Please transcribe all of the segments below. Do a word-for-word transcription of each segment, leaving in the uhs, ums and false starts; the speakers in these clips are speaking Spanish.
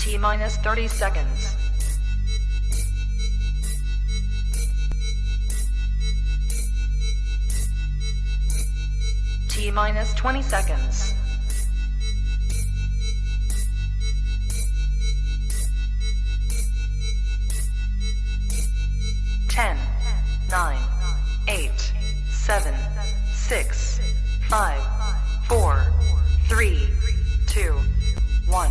T minus thirty seconds. T minus twenty seconds. ten, nine, eight, seven, six, five, four, three, two, one.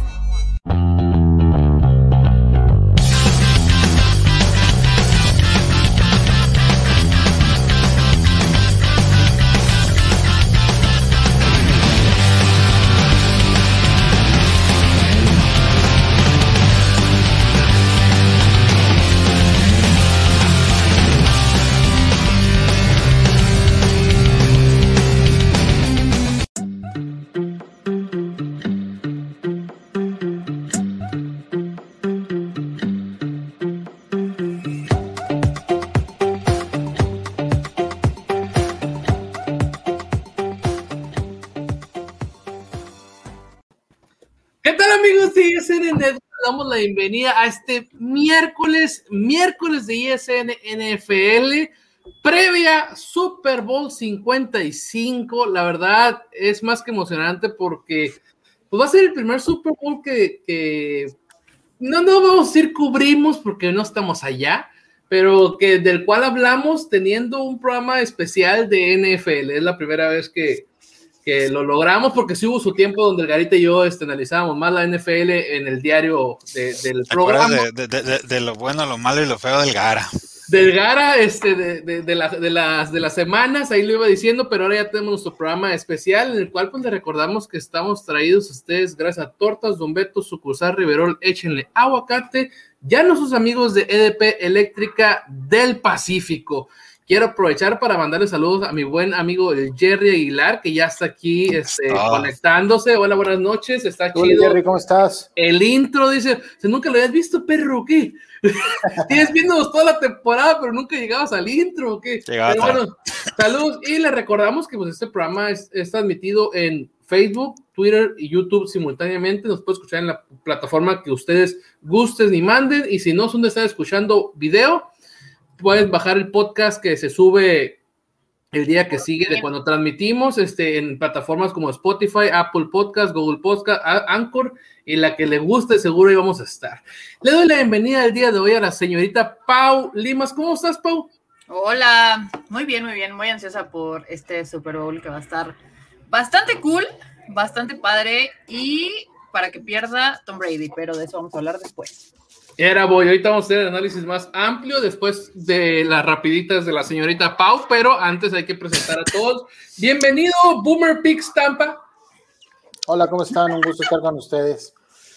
Damos la bienvenida a este miércoles, miércoles de E S N N F L, previa Super Bowl cincuenta y cinco. La verdad es más que emocionante porque pues, va a ser el primer Super Bowl que, que no, no vamos a decir cubrimos porque no estamos allá, pero que del cual hablamos teniendo un programa especial de N F L. Es la primera vez que que lo logramos, porque sí hubo su tiempo donde el Garita y yo este, analizábamos más la N F L en el diario de, del programa. De, de, de, de lo bueno, lo malo y lo feo del Gara. Del Gara, este, de, de, de, la, de, las, de las semanas, ahí lo iba diciendo, pero ahora ya tenemos nuestro programa especial, en el cual pues le recordamos que estamos traídos a ustedes gracias a Tortas Don Beto, sucursal Riverol, échenle aguacate, ya nuestros amigos de E D P Eléctrica del Pacífico. Quiero aprovechar para mandarle saludos a mi buen amigo el Jerry Aguilar, que ya está aquí este, oh. conectándose. Hola, buenas noches, está Hola, chido. Jerry, ¿cómo estás? El intro, dice, nunca lo habías visto, perro, ¿qué? Tienes viéndonos toda la temporada, pero nunca llegabas al intro, ¿qué? Llegaba pero bueno, saludos, y le recordamos que pues, este programa es, es transmitido en Facebook, Twitter y YouTube simultáneamente. Nos puede escuchar en la plataforma que ustedes gusten y manden, y si no son de estar escuchando video, puedes bajar el podcast que se sube el día que sigue de cuando transmitimos este, en plataformas como Spotify, Apple Podcast, Google Podcast, Anchor, y la que le guste seguro ahí vamos a estar. Le doy la bienvenida el día de hoy a la señorita Pau Limas. ¿Cómo estás, Pau? Hola, muy bien, muy bien, muy ansiosa por este Super Bowl que va a estar bastante cool, bastante padre, y para que pierda Tom Brady, pero de eso vamos a hablar después. Era voy, ahorita vamos a hacer el análisis más amplio después de las rapiditas de la señorita Pau, pero antes hay que presentar a todos. Bienvenido, Boomer Picks Tampa. Hola, ¿cómo están? Un gusto estar con ustedes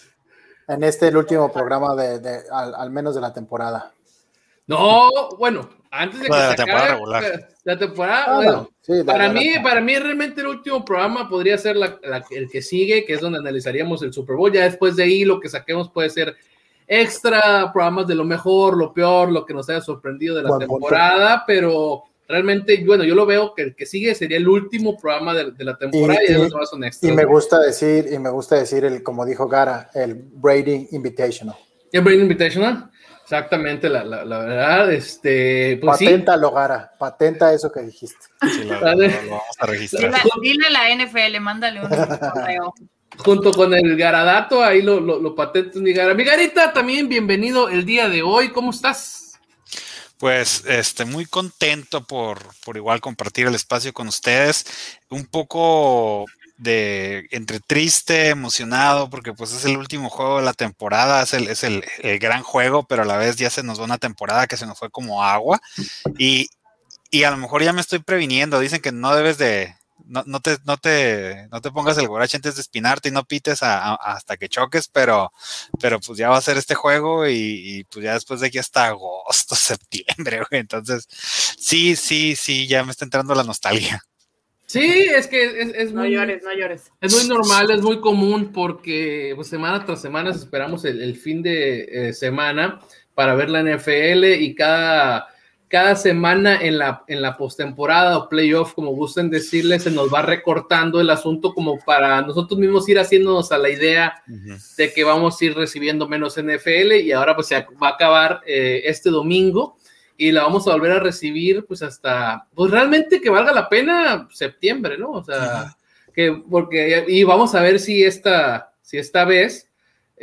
en este, el último programa de, de al, al menos de la temporada. No, bueno, antes de que la se de temporada acabe regular. la temporada, ah, bueno, no. sí, para la, mí, la, para mí realmente el último programa podría ser la, la, el que sigue, que es donde analizaríamos el Super Bowl. Ya después de ahí lo que saquemos puede ser extra programas de lo mejor, lo peor, lo que nos haya sorprendido de la Buen temporada, punto. Pero realmente, bueno, yo lo veo que el que sigue sería el último programa de, de la temporada y, y, y, los demás son extras. Y me gusta decir, y me gusta decir el, como dijo Gara, el Brady Invitational. El Brady Invitational, exactamente, la, la, la verdad, este, pues paténtalo, sí. Gara, patenta eso que dijiste. Sí, lo, lo, lo vamos a registrar. Dile, dile a la N F L, mándale un correo. Junto con el Garadato, ahí lo, lo, lo patentes, mi Gara. Mi Garita, también bienvenido el día de hoy, ¿cómo estás? Pues este, muy contento por, por igual compartir el espacio con ustedes, un poco de entre triste, emocionado, porque pues es el último juego de la temporada, es el, es el, el gran juego, pero a la vez ya se nos va una temporada que se nos fue como agua, y, y a lo mejor ya me estoy previniendo, dicen que no debes de... No, no, te, no, te, no te pongas el guarache antes de espinarte y no pites a, a, hasta que choques, pero, pero pues ya va a ser este juego y, y pues ya después de aquí hasta agosto, septiembre, güey. Entonces, sí, sí, sí, ya me está entrando la nostalgia. Sí, es que es, es no muy, llores, no llores. Es muy normal, es muy común porque pues, semana tras semana esperamos el, el fin de eh, semana para ver la N F L y cada... cada semana en la, en la postemporada o playoff, como gusten decirle, se nos va recortando el asunto como para nosotros mismos ir haciéndonos a la idea uh-huh. de que vamos a ir recibiendo menos N F L y ahora pues se va a acabar eh, este domingo y la vamos a volver a recibir pues hasta, pues realmente que valga la pena septiembre, ¿no? O sea, uh-huh. que porque, y vamos a ver si esta, si esta vez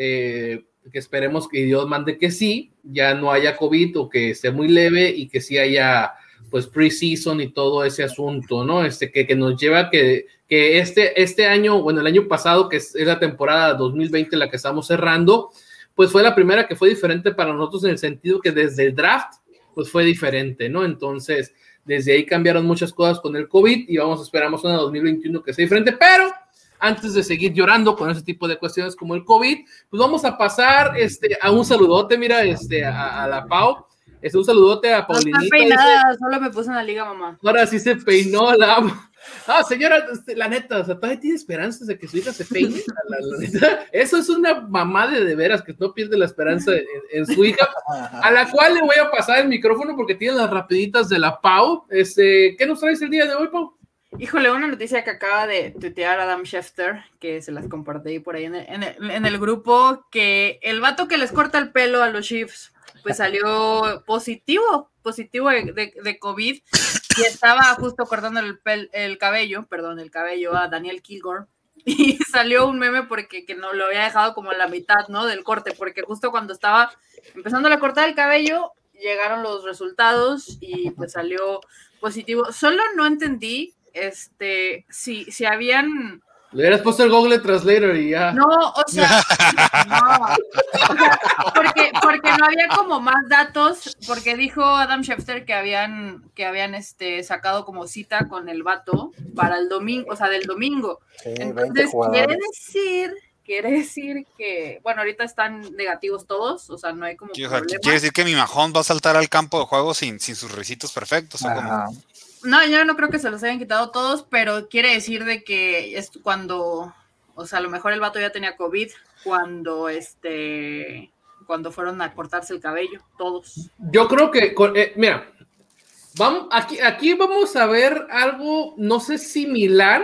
eh, que esperemos que Dios mande que sí, ya no haya COVID o que esté muy leve y que sí haya pues pre-season y todo ese asunto, ¿no? Este, que, que nos lleva a que, que este, este año, bueno, el año pasado, que es, es la temporada dos mil veinte la que estamos cerrando, pues fue la primera que fue diferente para nosotros en el sentido que desde el draft, pues fue diferente, ¿no? Entonces, desde ahí cambiaron muchas cosas con el COVID y vamos, esperamos una dos mil veintiuno que sea diferente, pero antes de seguir llorando con ese tipo de cuestiones como el COVID, pues vamos a pasar este, a un saludote, mira, este, a, a la Pau, este, un saludote a Paulinita. No está peinada, dice, solo me puse en la liga, mamá. Ahora sí se peinó, la amo. Ah, señora, este, la neta, o sea, todavía tiene esperanzas de que su hija se peine. La, la, la neta. Eso es una mamá de de veras que no pierde la esperanza en, en su hija, a la cual le voy a pasar el micrófono porque tiene las rapiditas de la Pau. Este, ¿qué nos traes el día de hoy, Pau? Híjole, una noticia que acaba de tuitear Adam Schefter, que se las compartí por ahí en el, en, el, en el grupo, que el vato que les corta el pelo a los Chiefs, pues salió positivo, positivo de, de, de COVID, y estaba justo cortando el, pel, el cabello, perdón, el cabello a Daniel Kilgore, y salió un meme porque que no lo había dejado como a la mitad, ¿no?, del corte, porque justo cuando estaba empezando a cortar el cabello, llegaron los resultados, y pues salió positivo. Solo no entendí Este, si, si habían... Le hubieras puesto el Google Translator y ya. No, o sea, no. O sea, porque, porque no había como más datos, porque dijo Adam Schefter que habían, que habían este, sacado como cita con el vato para el domingo, o sea, del domingo. Sí, entonces, quiere decir, quiere decir que, bueno, ahorita están negativos todos, o sea, no hay como o sea, quiere decir que mi Mahomes va a saltar al campo de juego sin, sin sus risitos perfectos, o como... No, yo no creo que se los hayan quitado todos, pero quiere decir de que es cuando, o sea, a lo mejor el vato ya tenía COVID cuando este, cuando fueron a cortarse el cabello, todos. Yo creo que, eh, mira, vamos, aquí, aquí vamos a ver algo, no sé, similar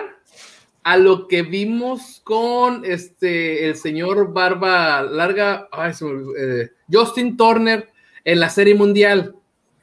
a lo que vimos con este, el señor Barba Larga, ay, eh, Justin Turner en la Serie Mundial.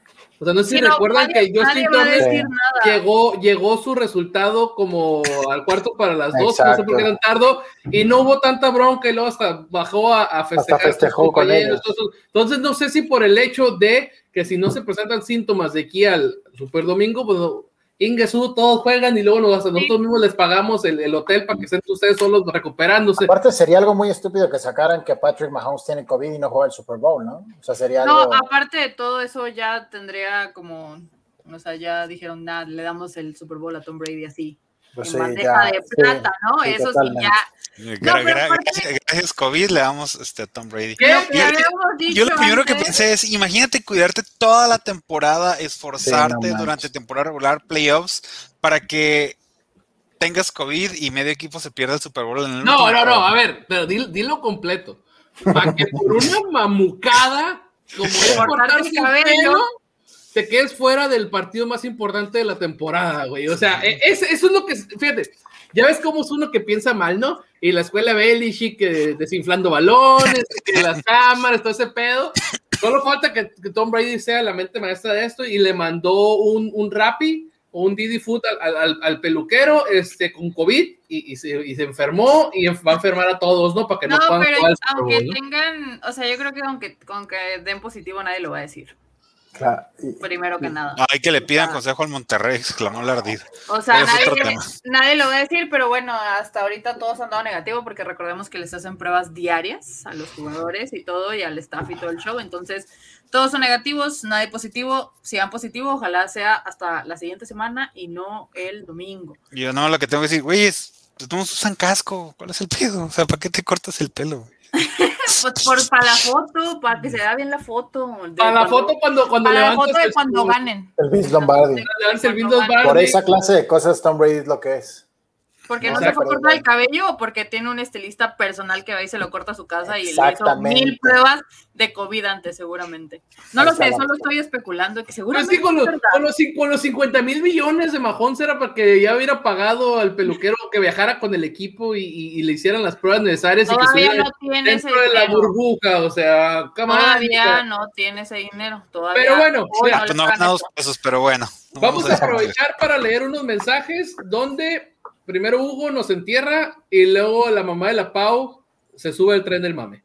O sea, no sé si sí, recuerdan no, nadie, que Justin Turner llegó, llegó su resultado como al cuarto para las dos, no sé por qué tan tardo, y no hubo tanta bronca y luego hasta bajó a, a festejar. Hasta festejó con ellos. Entonces, no sé si por el hecho de que si no se presentan síntomas de aquí al Super Domingo, pues Ingesu, todos juegan y luego nos, nosotros sí. mismos les pagamos el, el hotel para que estén ustedes solos recuperándose. Aparte sería algo muy estúpido que sacaran que Patrick Mahomes tiene COVID y no juega el Super Bowl, ¿no? O sea, sería no, algo... aparte de todo eso ya tendría como, o sea, ya dijeron, nada, le damos el Super Bowl a Tom Brady así, pues en sí, bandeja ya, de plata, sí, ¿no? Sí, eso totalmente. Sí ya... No, gra- gra- gracias, gracias COVID le damos este, a Tom Brady. Yo, yo, yo lo primero antes. que pensé es, imagínate cuidarte toda la temporada, esforzarte sí, no durante temporada regular, playoffs, para que tengas COVID y medio equipo se pierda el Super Bowl en el No, último no, no, a ver, pero dilo, dilo completo. Para que por una mamucada, como es cortarse el cabello, te quedes fuera del partido más importante de la temporada, güey. O sea, es, eso es lo que, fíjate, ya ves cómo es uno que piensa mal, ¿no? Y la escuela Belichick que desinflando balones, que las cámaras, todo ese pedo. Solo falta que, que Tom Brady sea la mente maestra de esto y le mandó un, un Rappi o un Didi Food al, al, al peluquero este, con COVID y, y, se, y se enfermó y va a enfermar a todos, ¿no? Para que no, no puedan pero jugar aunque Bowl, ¿no? tengan, o sea, yo creo que aunque, aunque den positivo nadie lo va a decir. Claro. Primero que nada. Hay que le pidan consejo al Monterrey, exclamó la ardida. O sea, nadie, nadie lo va a decir, pero bueno, hasta ahorita todos han dado negativo porque recordemos que les hacen pruebas diarias a los jugadores y todo, y al staff y todo el show. Entonces, todos son negativos, nadie positivo. Si dan positivo, ojalá sea hasta la siguiente semana y no el domingo. Yo no, lo que tengo que decir, güey, es, todos usan casco. ¿Cuál es el pedo? O sea, ¿para qué te cortas el pelo, güey? Pues por, para la foto, para que se vea bien la foto. Para la foto cuando, cuando para levantas la foto de el, cuando ganen. El Vince Lombardi. El Vince Lombardi. Por esa clase de cosas Tom Brady es lo que es. ¿Porque no, No, se fue a pero cortar el bueno. cabello o porque tiene un estilista personal que va y se lo corta a su casa y le hizo Exactamente. mil pruebas de COVID antes, seguramente? No Ahí lo está sé, la solo respuesta. estoy especulando que Pues seguramente sí, con es los, verdad. con, los, cin- con los cincuenta mil millones de Mahomes era para que ya hubiera pagado al peluquero que viajara con el equipo y, y- y le hicieran las pruebas necesarias y que Todavía estuviera no tiene ese dentro de la dinero. burbuja, o sea, come on, o Todavía sea. no tiene ese dinero. Todavía Pero bueno, hoy mira, Ah, no pues le no pagan gana dos eso. pesos, pero bueno. no vamos a discutir. aprovechar para leer unos mensajes donde primero Hugo nos entierra y luego la mamá de la Pau se sube al tren del mame.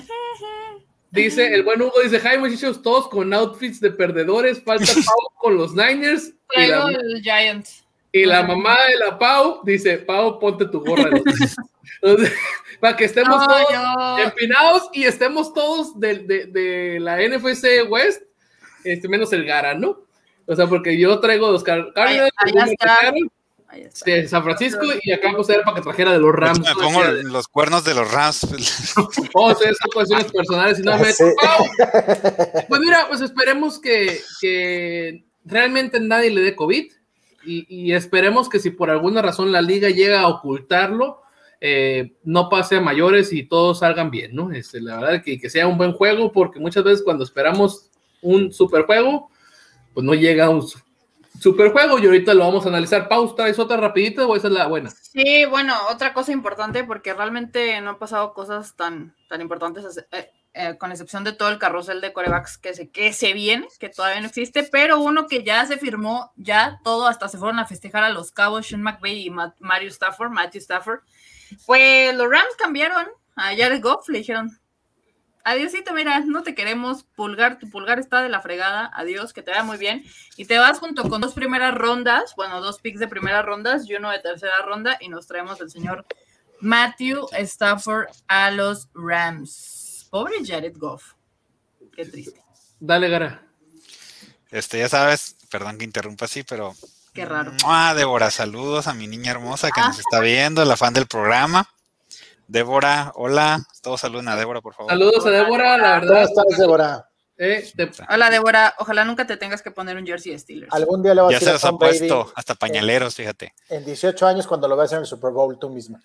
Dice, el buen Hugo dice, hi muchachos, todos con outfits de perdedores, falta Pau con los Niners y la, Traigo el Giant. y No la sé. mamá de la Pau dice, Pau, ponte tu gorra. Entonces, para que estemos No, todos yo- empinados y estemos todos de, de, de la N F C West, este, menos el Gara, ¿no? O sea, porque yo traigo los Car- Cardinals, Ahí- ahí Boomer está. Carol, Ahí está. de San Francisco, y acá pues era para que trajera de los Rams. Me ¿no? pongo Decía, los cuernos de los Rams. oh, sí, son cuestiones personales y no me Sí. Pues mira, pues esperemos que, que realmente nadie le dé COVID y, y esperemos que si por alguna razón la liga llega a ocultarlo, eh, no pase a mayores y todos salgan bien, ¿no? Este, la verdad que, que sea un buen juego, porque muchas veces cuando esperamos un super juego, pues no llega un su- super juego y ahorita lo vamos a analizar. Pausa, ¿traes otra rapidita o esa es la buena? Sí, bueno, otra cosa importante, porque realmente no han pasado cosas tan, tan importantes, eh, eh, con excepción de todo el carrusel de quarterbacks que se, que se viene, que todavía no existe, pero uno que ya se firmó, ya todo, hasta se fueron a festejar a los Cabos, Sean McVay y Matt, Mario Stafford, Matthew Stafford. Pues los Rams cambiaron a Jared Goff, le dijeron, adiósito, mira, no te queremos, pulgar, tu pulgar está de la fregada, adiós, que te vaya muy bien, y te vas junto con dos primeras rondas, bueno, dos picks de primeras rondas y uno de tercera ronda, y nos traemos al señor Matthew Stafford a los Rams. Pobre Jared Goff, qué triste, Dale, Gara. Este, ya sabes, perdón que interrumpa así, pero. qué raro. Ah, Débora, saludos a mi niña hermosa que Ah. nos está viendo, la fan del programa. Débora, hola. Todos saluden a Débora, por favor. Saludos a Débora, la ¿Cómo verdad. estás, Débora? Eh, te- Hola, Débora, ojalá nunca te tengas que poner un jersey de Steelers. Algún día le vas Ya a se decir a los ha Tom Brady puesto, hasta pañaleros, fíjate. en dieciocho años cuando lo veas en el Super Bowl tú misma.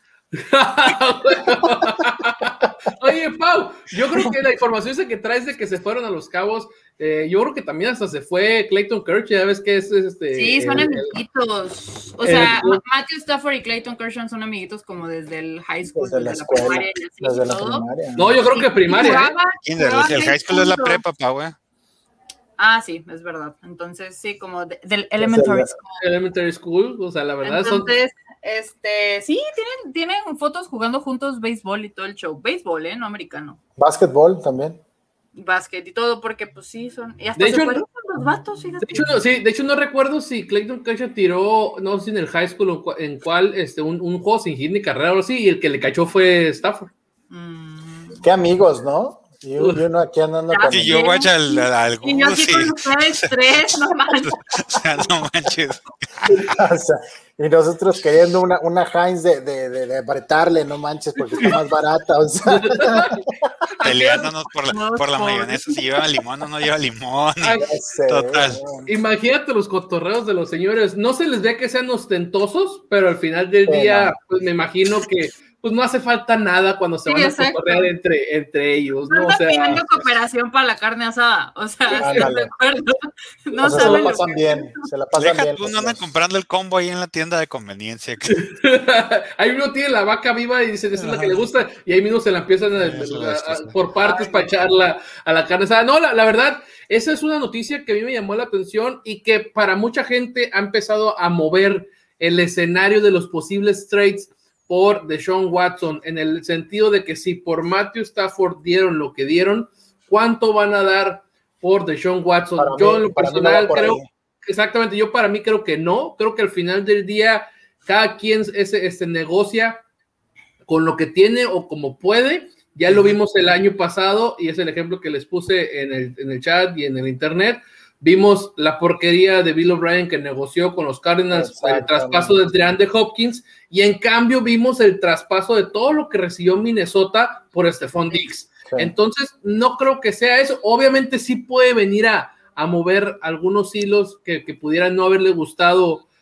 Oye, Pau, yo creo que la información esa que traes de que se fueron a los Cabos, eh, yo creo que también hasta se fue Clayton Kershaw, ya ves que es este. Sí, son el- amiguitos. O el- sea, el- Ma- Matthew Stafford y Clayton Kershaw son amiguitos como desde el high school, Desde desde, la la, escuela, primaria y así desde y la todo. primaria. No, yo creo que primaria, ¿eh? Jugaban- ¿Quién? El, jugaban el high school es la juntos. prepa, pa, güey. Ah, sí, es verdad. Entonces, sí, como de- del Desde elementary la- school. Elementary School, o sea, la verdad son. Entonces, este, sí, tienen, tienen fotos jugando juntos béisbol y todo el show. Béisbol, ¿eh? No americano. Básquetbol también. Básquet y todo, porque pues sí, son. Y hasta De se hecho, parecen los vatos, fíjate. De hecho, no, sí, de hecho, no recuerdo si Clayton Kershaw tiró, no sé si en el high school o cua- en cuál, este, un, un juego sin hit ni carrera o así, y el que le cachó fue Stafford. Mm. Qué amigos, ¿no? Y uno, y uno aquí andando Ya con... sé. Y yo guacha al, al, al Y yo aquí Gus y- con ustedes tres, no manches. o sea, no manches. O sea, y nosotros queriendo una, una Heinz de, de, de, de apretarle, no manches, porque está más barata, o sea... Peleándonos por la, No, por la pobre. mayonesa, si lleva limón o no lleva limón. y- Ay, ya sé, Total. bueno. Imagínate los cotorreos de los señores, no se les ve que sean ostentosos, pero al final del Sí, día, no. pues me imagino que pues no hace falta nada cuando se Sí, van a exacto. cotorrear entre, entre ellos, ¿no? O Están sea, pidiendo cooperación para la carne asada. O sea, ¿estás Ándale. de acuerdo? No O sea, se saben la lo pasan que- bien, se la pasan Deja bien. tú, no los andan dos. comprando el combo ahí en la tienda de conveniencia. que- ahí uno tiene la vaca viva y dice, esa es la que le gusta, y ahí mismo se la empiezan a, Eso a- es, a- sí, sí. por partes para echarla a la carne asada. No, la, la verdad, esa es una noticia que a mí me llamó la atención y que para mucha gente ha empezado a mover el escenario de los posibles trades por Deshaun Watson, en el sentido de que si por Matthew Stafford dieron lo que dieron, ¿cuánto van a dar por Deshaun Watson? Para Yo mí- en lo para mí no personal va por creo, ahí. exactamente, yo para mí creo que no, creo que al final del día cada quien ese, ese negocia con lo que tiene o como puede. Ya lo vimos el año pasado y es el ejemplo que les puse en el, en el chat y en el internet. Vimos la porquería de Bill O'Brien que negoció con los Cardinals el traspaso de DeAndre Hopkins y en cambio vimos el traspaso de todo lo que recibió Minnesota por Stephon Diggs. Sí. Entonces, no creo que sea eso. Obviamente sí puede venir a, a mover algunos hilos que, que pudieran no haberle gustado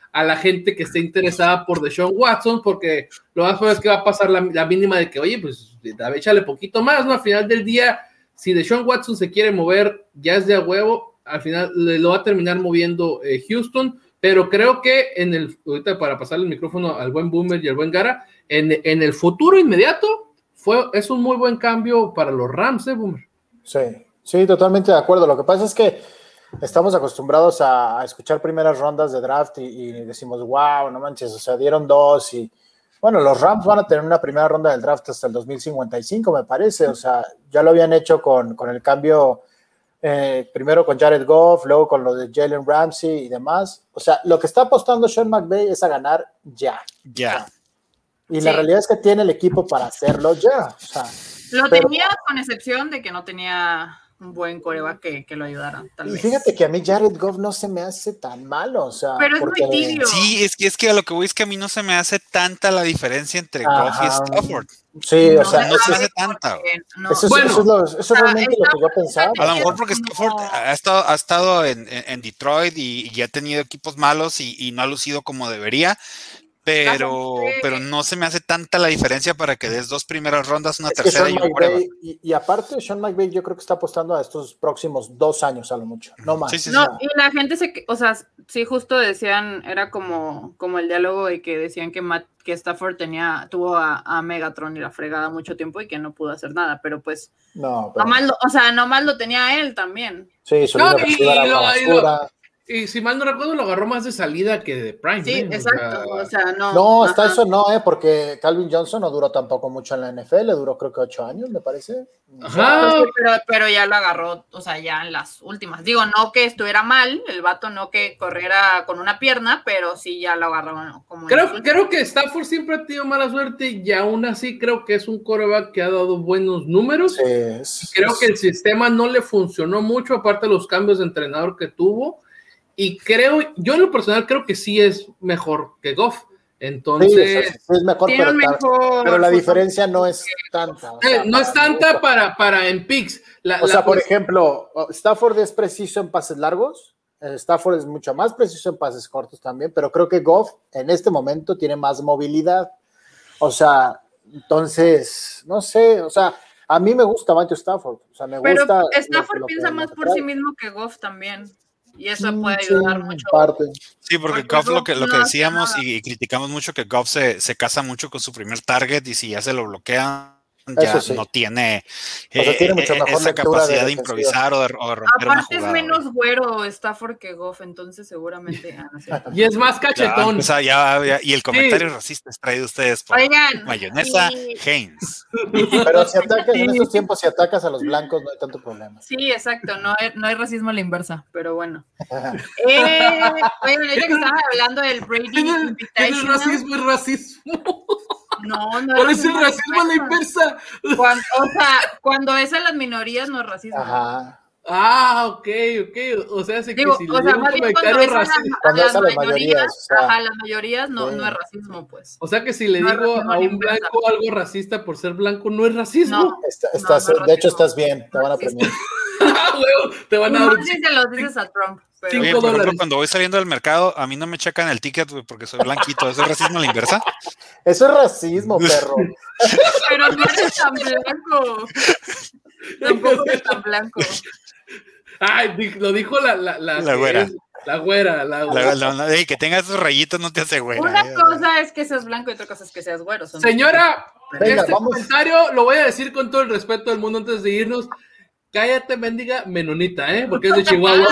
a la gente que esté interesada por Deshaun Watson, porque lo más probable es que va a pasar la, la mínima de que, oye, pues échale poquito más, ¿no? Al final del día, si Deshaun Watson se quiere mover, ya es de a huevo, al final le lo va a terminar moviendo eh, Houston, pero creo que en el, ahorita para pasarle el micrófono al buen Boomer y al buen Gara, en, en el futuro inmediato, fue, es un muy buen cambio para los Rams, ¿eh, Boomer? Sí, sí, totalmente de acuerdo. Lo que pasa es que estamos acostumbrados a, a escuchar primeras rondas de draft y, y decimos, wow, no manches, o sea, dieron dos y, bueno, los Rams van a tener una primera ronda del draft hasta el dos mil cincuenta y cinco, me parece, o sea, ya lo habían hecho con, con el cambio, eh, primero con Jared Goff, luego con lo de Jalen Ramsey y demás, o sea, lo que está apostando Sean McVay es a ganar ya. Ya. Y Sí. la realidad es que tiene el equipo para hacerlo ya, o sea. Lo Pero- tenía con excepción de que no tenía un buen coreback que, que lo ayudara, tal Y vez. fíjate que a mí Jared Goff no se me hace tan malo, o sea, Pero es porque, muy tibio. Sí, es que, es que a lo que voy es que a mí no se me hace tanta la diferencia entre Ajá. Goff y Stafford. Sí, o sea, no se me eso, hace tanta. porque no- eso es, Bueno, eso es lo- eso es o sea, realmente lo que yo pensaba. A lo mejor porque No. Stafford ha estado, ha estado en, en- en Detroit y, y ha tenido equipos malos y, y no ha lucido como debería, pero, Stafford, sí. pero no se me hace tanta la diferencia para que des dos primeras rondas, una Es que tercera Sean y un quarterback. McVay, y, y aparte Sean McVay yo creo que está apostando a estos próximos dos años a lo mucho, no más. Sí, sí, sí. No, y la gente se, o sea, sí justo decían, era como, como el diálogo de que decían que Matt, que Stafford tenía, tuvo a, a Megatron y la fregada mucho tiempo y que no pudo hacer nada, pero pues, No, pero, nomás lo, o sea, nomás lo tenía él también. sí, su No, línea y- ofensiva y era lo- una y lo- basura. Y si mal no recuerdo, lo agarró más de salida que de Prime. Sí, ¿eh? O exacto, sea, o sea, no. No, hasta ajá. eso no, eh, porque Calvin Johnson no duró tampoco mucho en la N F L, duró creo que ocho años, me parece. Ajá. Pues sí, pero, pero ya lo agarró, o sea, ya en las últimas. Digo, no que estuviera mal, el vato no que corriera con una pierna, pero sí ya lo agarró ¿no? como en Creo, las creo que Stafford siempre ha tenido mala suerte y aún así creo que es un quarterback que ha dado buenos números. Sí, es- Creo es- que el sistema no le funcionó mucho, aparte de los cambios de entrenador que tuvo. Y creo, yo en lo personal creo que sí es mejor que Goff. sí, Entonces, es, es mejor, Tiene pero, un ta- mejor pero la fútbol. diferencia no es tanta. o sea, eh, no es para tanta mucho. para, para en picks. La- O la sea, por cuest- ejemplo, Stafford es preciso en pases largos, eh, Stafford es mucho más preciso en pases cortos también, pero creo que Goff en este momento tiene más movilidad. O sea, entonces, no sé, o sea, a mí me gusta Matthew Stafford, o sea, me Pero gusta. Stafford lo- lo que- piensa lo más que por trae. sí mismo que Goff también. Y eso Sí, puede sí, ayudar en mucho. parte. Sí, porque Porque Goff lo Goff que, lo no que hace decíamos nada. y, y criticamos mucho que Goff se, se casa mucho con su primer target y si ya se lo bloquean, Eso ya sí. no tiene, O sea, eh, tiene mucho eh, mejor esa lectura de capacidad de, defensiva. improvisar o de, o de romper una Aparte es jugada. menos güero Stafford que Goff, entonces seguramente. ah, no es cierto. y es más Ya, cachetón. empieza ya- ya- y el comentario racista es traído ustedes por Oigan, mayonesa y- Heinz. Pero si atacas, en estos tiempos, si atacas a los blancos, no hay tanto problema. Sí, exacto, no hay, no hay racismo a la inversa, pero bueno. Eh, oigan, ahorita que estaban hablando del Brady En el, en el Invitational, racismo es racismo. no, no ¿Cuál es el a la racismo a la inversa? Cuando, o sea, cuando es a las minorías no es racismo. Ajá. Ah, ok, ok. O sea, hace que Digo, si o le sea, digo un más bien cuando comentario es a, la- racista. a Cuando las es a las mayorías, mayorías, o sea, ajá, las mayorías no, sí. no es racismo, pues. O sea que si le No es digo racismo a a la un inversa. blanco algo racista por ser blanco, no es racismo. No. Está- estás, no es de hecho, racismo. estás bien, te van a Sí, sí. premiar. Ah, huevo, te van a dar No un sé si se los dices a Trump, pero Cinco Oye, por ejemplo, dólares. cuando voy saliendo del mercado, a mí no me checan el ticket güey, porque soy blanquito. ¿Eso es racismo a la inversa? Eso es racismo, perro. pero no eres tan blanco. Tampoco eres tan blanco. Ay, di- lo dijo la, la, la, La que güera. es- la güera. La La- güera. la- la- ey, que tengas esos rayitos no te hace güey. Una cosa es que seas blanco y otra cosa es que seas güero. Son Señora, Venga, este vamos. comentario lo voy a decir con todo el respeto del mundo antes de irnos. Cállate, mendiga menonita, ¿eh? Porque es de Chihuahua.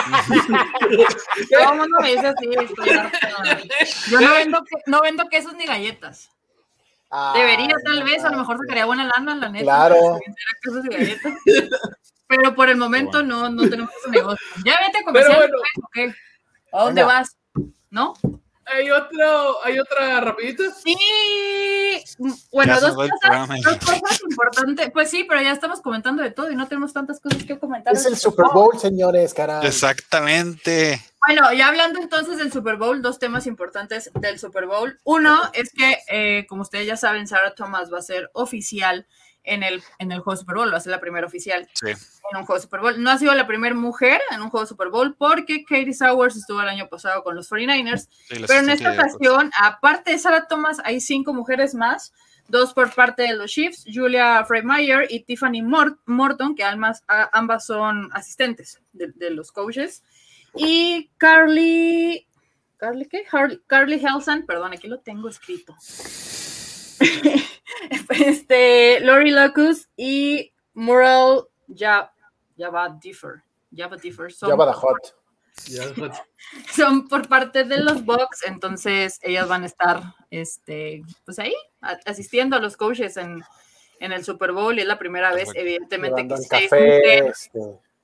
Todo el mundo me dice así. Estoy harta. Yo no vendo, que- no vendo quesos ni galletas. Debería, Ay, tal no vez, a lo mejor manches. sacaría buena lana, la neta. Claro. Si vendiera quesos y galletas. Pero por el momento no, no tenemos ese negocio. Ya vete a comercial, bueno. pues, ¿o qué? ¿A dónde Venga. vas? ¿No? Hay otro, hay otra rapidita. Sí. Bueno, Ya se dos nos va el cosas, programa. dos cosas importantes. Pues sí, pero ya estamos comentando de todo y no tenemos tantas cosas que comentar. Es el Super Bowl, señores, caray. Exactamente. Bueno, ya hablando entonces del Super Bowl, dos temas importantes del Super Bowl. Uno es que, eh, como ustedes ya saben, Sarah Thomas va a ser oficial en el, en el juego de Super Bowl, va a ser la primera oficial Sí. en un juego de Super Bowl. No ha sido la primera mujer en un juego de Super Bowl porque Katie Sowers estuvo el año pasado con los cuarenta y nueve ers, Sí, la pero en esta asistente de- ocasión, aparte de Sarah Thomas, hay cinco mujeres más, dos por parte de los Chiefs, Julia Fremeyer y Tiffany Mort- Morton, que ambas, a- ambas son asistentes de, de los coaches, y Carly... ¿Carly qué? Har- Carly Helson, perdón, aquí lo tengo escrito. este, Lori Locus y Mural ya, Java Differ. Java Differ. Son, Ya va the hot. Ya, son por parte de los Bucks, entonces ellas van a estar este, pues ahí, a- asistiendo a los coaches en, en el Super Bowl, y es la primera vez, evidentemente, Llevando que el seis café. mujeres- Este.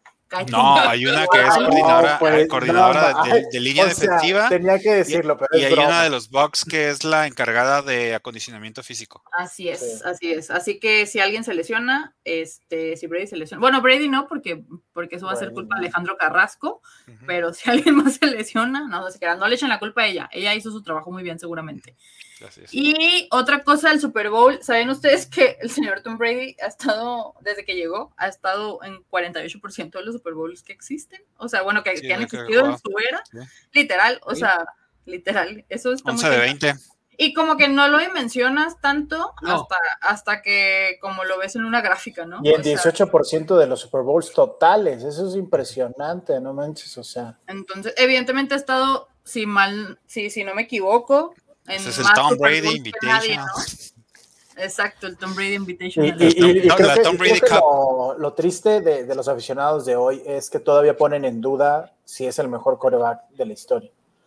No, hay una que es No, coordinadora, pues, coordinadora no, de, de- de línea o sea, defensiva. tenía que decirlo, pero Y es hay broma. una de los Bucks que es la encargada de acondicionamiento físico. Así es, Sí. así es. Así que si alguien se lesiona, este, si Brady se lesiona, bueno, Brady no, porque, porque eso va a ser Brady culpa de no. Alejandro Carrasco, Ujú. pero si alguien más se lesiona, no, no se crean, no le echen la culpa a ella. Ella hizo su trabajo muy bien, seguramente. Así es. Y otra cosa del Super Bowl, ¿saben ustedes que el señor Tom Brady ha estado, desde que llegó, ha estado en cuarenta y ocho por ciento de los Super Bowls que existen? O sea, bueno, que, Sí, que han de que existido en jugaba. su era, Sí. literal, o Sí. sea, literal, eso está once muy de cañón. veinte. Y como que no lo mencionas tanto No. hasta, hasta que como lo ves en una gráfica, ¿no? Y el O sea, dieciocho por ciento de los Super Bowls totales, eso es impresionante, no manches, o sea. entonces, evidentemente ha estado, si mal, si, si no me equivoco, en Ese es el más Tom Super Brady Bowls que nadie, Invitational. ¿no? Exacto, el Tom Brady Y, Invitational. y- y- y No, creo la que, Tom y Brady creo que Cup. lo, lo triste de, de los aficionados de hoy es que todavía ponen en duda si es el mejor quarterback de la historia.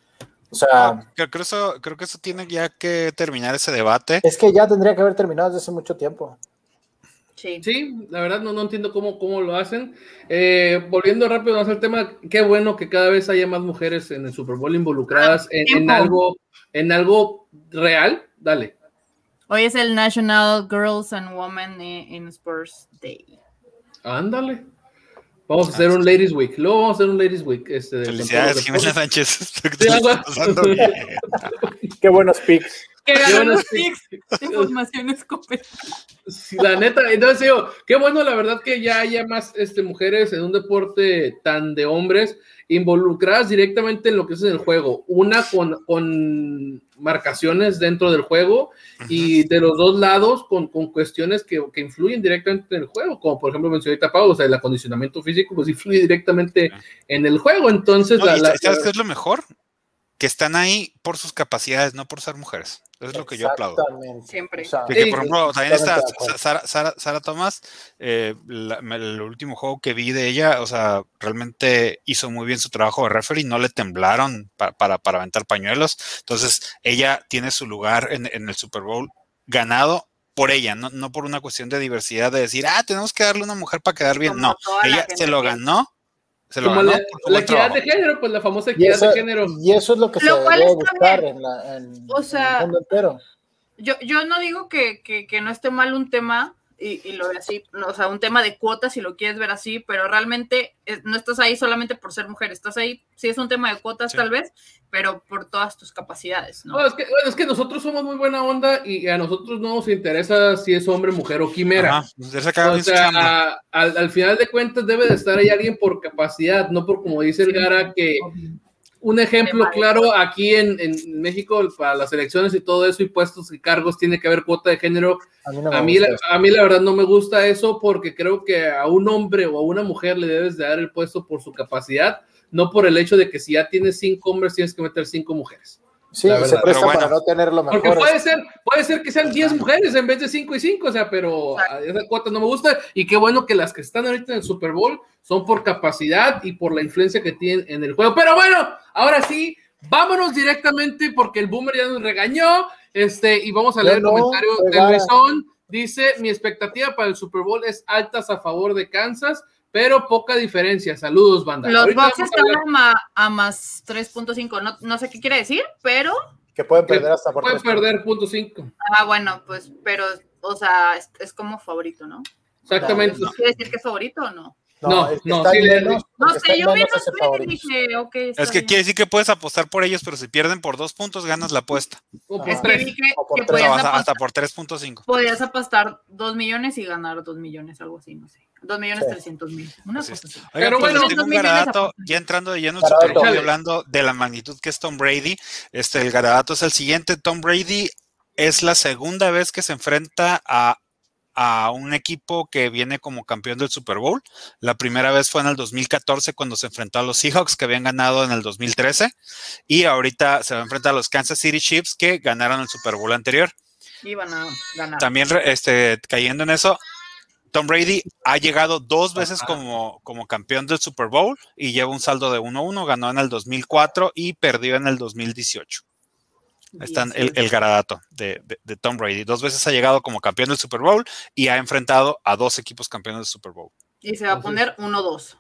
O sea, Ah, creo, creo eso, creo que eso tiene ya que terminar ese debate. es que ya tendría que haber terminado desde hace mucho tiempo. Sí. Sí, la verdad no, no entiendo cómo, cómo lo hacen. Eh, volviendo rápido a el tema, qué bueno que cada vez haya más mujeres en el Super Bowl involucradas Ah, en, en tiempo. algo, en algo real. Dale. Hoy es el National Girls and Women in Sports Day. Ándale. Vamos a hacer un Ladies Week. Luego vamos a hacer un Ladies Week. Este, de- Felicidades, con todos Jimena los Sánchez. Sí, Te algo- estás pasando bien. Qué buenos picks. Que Qué ganó bueno, los sí. picks. Información escopeta. Sí, la neta, entonces digo, qué bueno la verdad que ya haya más este, mujeres en un deporte tan de hombres involucradas directamente en lo que es el juego, una con, con marcaciones dentro del juego y de los dos lados con, con cuestiones que, que influyen directamente en el juego, como por ejemplo mencioné Pau, o sea, el acondicionamiento físico pues influye directamente en el juego, entonces No, la, y la- ¿sabes qué es lo mejor? Que están ahí por sus capacidades, no por ser mujeres. Eso es lo que yo aplaudo. Exactamente. Siempre. O sea, Que, que, Sí, por ejemplo, también está totalmente de acuerdo. Sara, Sara, Sara Thomas, eh, la- me- el último juego que vi de ella, o sea, realmente hizo muy bien su trabajo de referee, no le temblaron pa- para, para aventar pañuelos. Entonces, ella tiene su lugar en, en el Super Bowl ganado por ella, no, no por una cuestión de diversidad, de decir, ah, tenemos que darle a una mujer para quedar bien. Como No, toda la ella gente se lo piensa. ganó, se lo como ganó la, por su la buen equidad trabajo. de género, pues la famosa Y equidad eso, de género. y eso es lo que Lo se cual debe está buscar bien. en, la, en, O sea, en el mundo entero. Yo, yo no digo que, que, que no esté mal un tema, y, y lo ve así, no, o sea, un tema de cuotas, si lo quieres ver así, pero realmente es- no estás ahí solamente por ser mujer, estás ahí, sí es un tema de cuotas Sí. tal vez, pero por todas tus capacidades, ¿no? No, es que, bueno, es que nosotros somos muy buena onda y a nosotros no nos interesa si es hombre, mujer o quimera. Ajá, pues, se acaba O bien su chamba. sea, al, al final de cuentas debe de estar ahí alguien por capacidad, no por como dice el Gara, que un ejemplo claro aquí en, en México para las elecciones y todo eso y puestos y cargos tiene que haber cuota de género. A mí no me A mí, gusta la, eso. a mí la verdad no me gusta eso porque creo que a un hombre o a una mujer le debes de dar el puesto por su capacidad, no por el hecho de que si ya tienes cinco hombres tienes que meter cinco mujeres. Sí, la se verdad. presta Pero bueno. para no tener lo mejor. Porque puede ser, puede ser que sean diez mujeres en vez de cinco y cinco, o sea, pero a esa cuota no me gusta. Y qué bueno que las que están ahorita en el Super Bowl son por capacidad y por la influencia que tienen en el juego. Pero bueno, ahora sí, vámonos directamente porque el Boomer ya nos regañó. Este, y vamos a leer Yo el no, comentario fue de Gara. Luisón. Dice: mi expectativa para el Super Bowl es altas a favor de Kansas, pero poca diferencia. Saludos, banda. Los Ahorita Bucks vamos a están hablar- a, ma- a más tres punto cinco, no, no sé qué quiere decir, pero, Que pueden que perder hasta por pueden tres puntos. perder punto cinco. ah, bueno, pues, pero, o sea, es, es como favorito, ¿no? Exactamente. ¿Quiere decir que es favorito o no? No, el que no, está sí en le- menos, No el que está sé, en yo vi menos los es el tweets y favorito. dije, ok, está Es que bien. quiere decir que puedes apostar por ellos, pero si pierden por dos puntos, ganas la apuesta. o por Es que tres. vi que, O por que tres. No, podías, hasta, apostar, hasta por tres punto cinco. podías apostar dos millones y ganar dos millones, algo así, no sé. Dos millones Sí. trescientos mil. Una Así es. cosa así. Oigan, Pero pues bueno, les tengo un millones garadato, apuestas. ya entrando de lleno en Garadato. Super Bowl y Échale. hablando de la magnitud que es Tom Brady. Este, el garadato es el siguiente. Tom Brady es la segunda vez que se enfrenta a, a un equipo que viene como campeón del Super Bowl. La primera vez fue en el dos mil catorce cuando se enfrentó a los Seahawks, que habían ganado en el dos mil trece. Y ahorita se va a enfrentar a los Kansas City Chiefs, que ganaron el Super Bowl anterior. Iban a ganar. También este, cayendo en eso, Tom Brady ha llegado dos veces como, como campeón del Super Bowl y lleva un saldo de uno uno, ganó en el dos mil cuatro y perdió en el dos mil dieciocho. Ahí está el, el garadato de, de, de Tom Brady. Dos veces ha llegado como campeón del Super Bowl y ha enfrentado a dos equipos campeones del Super Bowl. Y se va a poner uno dos.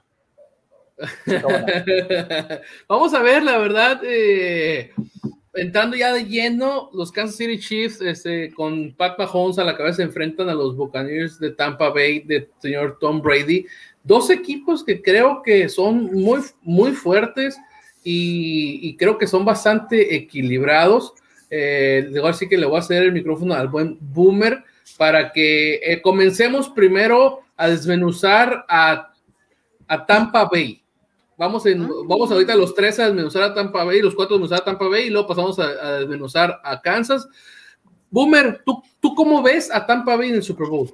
Vamos a ver, la verdad, eh, entrando ya de lleno, los Kansas City Chiefs este, con Pat Mahomes a la cabeza se enfrentan a los Buccaneers de Tampa Bay del señor Tom Brady. Dos equipos que creo que son muy, muy fuertes y, y creo que son bastante equilibrados. Eh, igual sí que le voy a ceder el micrófono al buen Boomer para que eh, comencemos primero a desmenuzar a, a Tampa Bay. Vamos, en, vamos ahorita los tres a desmenuzar a Tampa Bay, los cuatro a desmenuzar a Tampa Bay y luego pasamos a, a desmenuzar a Kansas. Boomer, ¿tú, ¿tú cómo ves a Tampa Bay en el Super Bowl?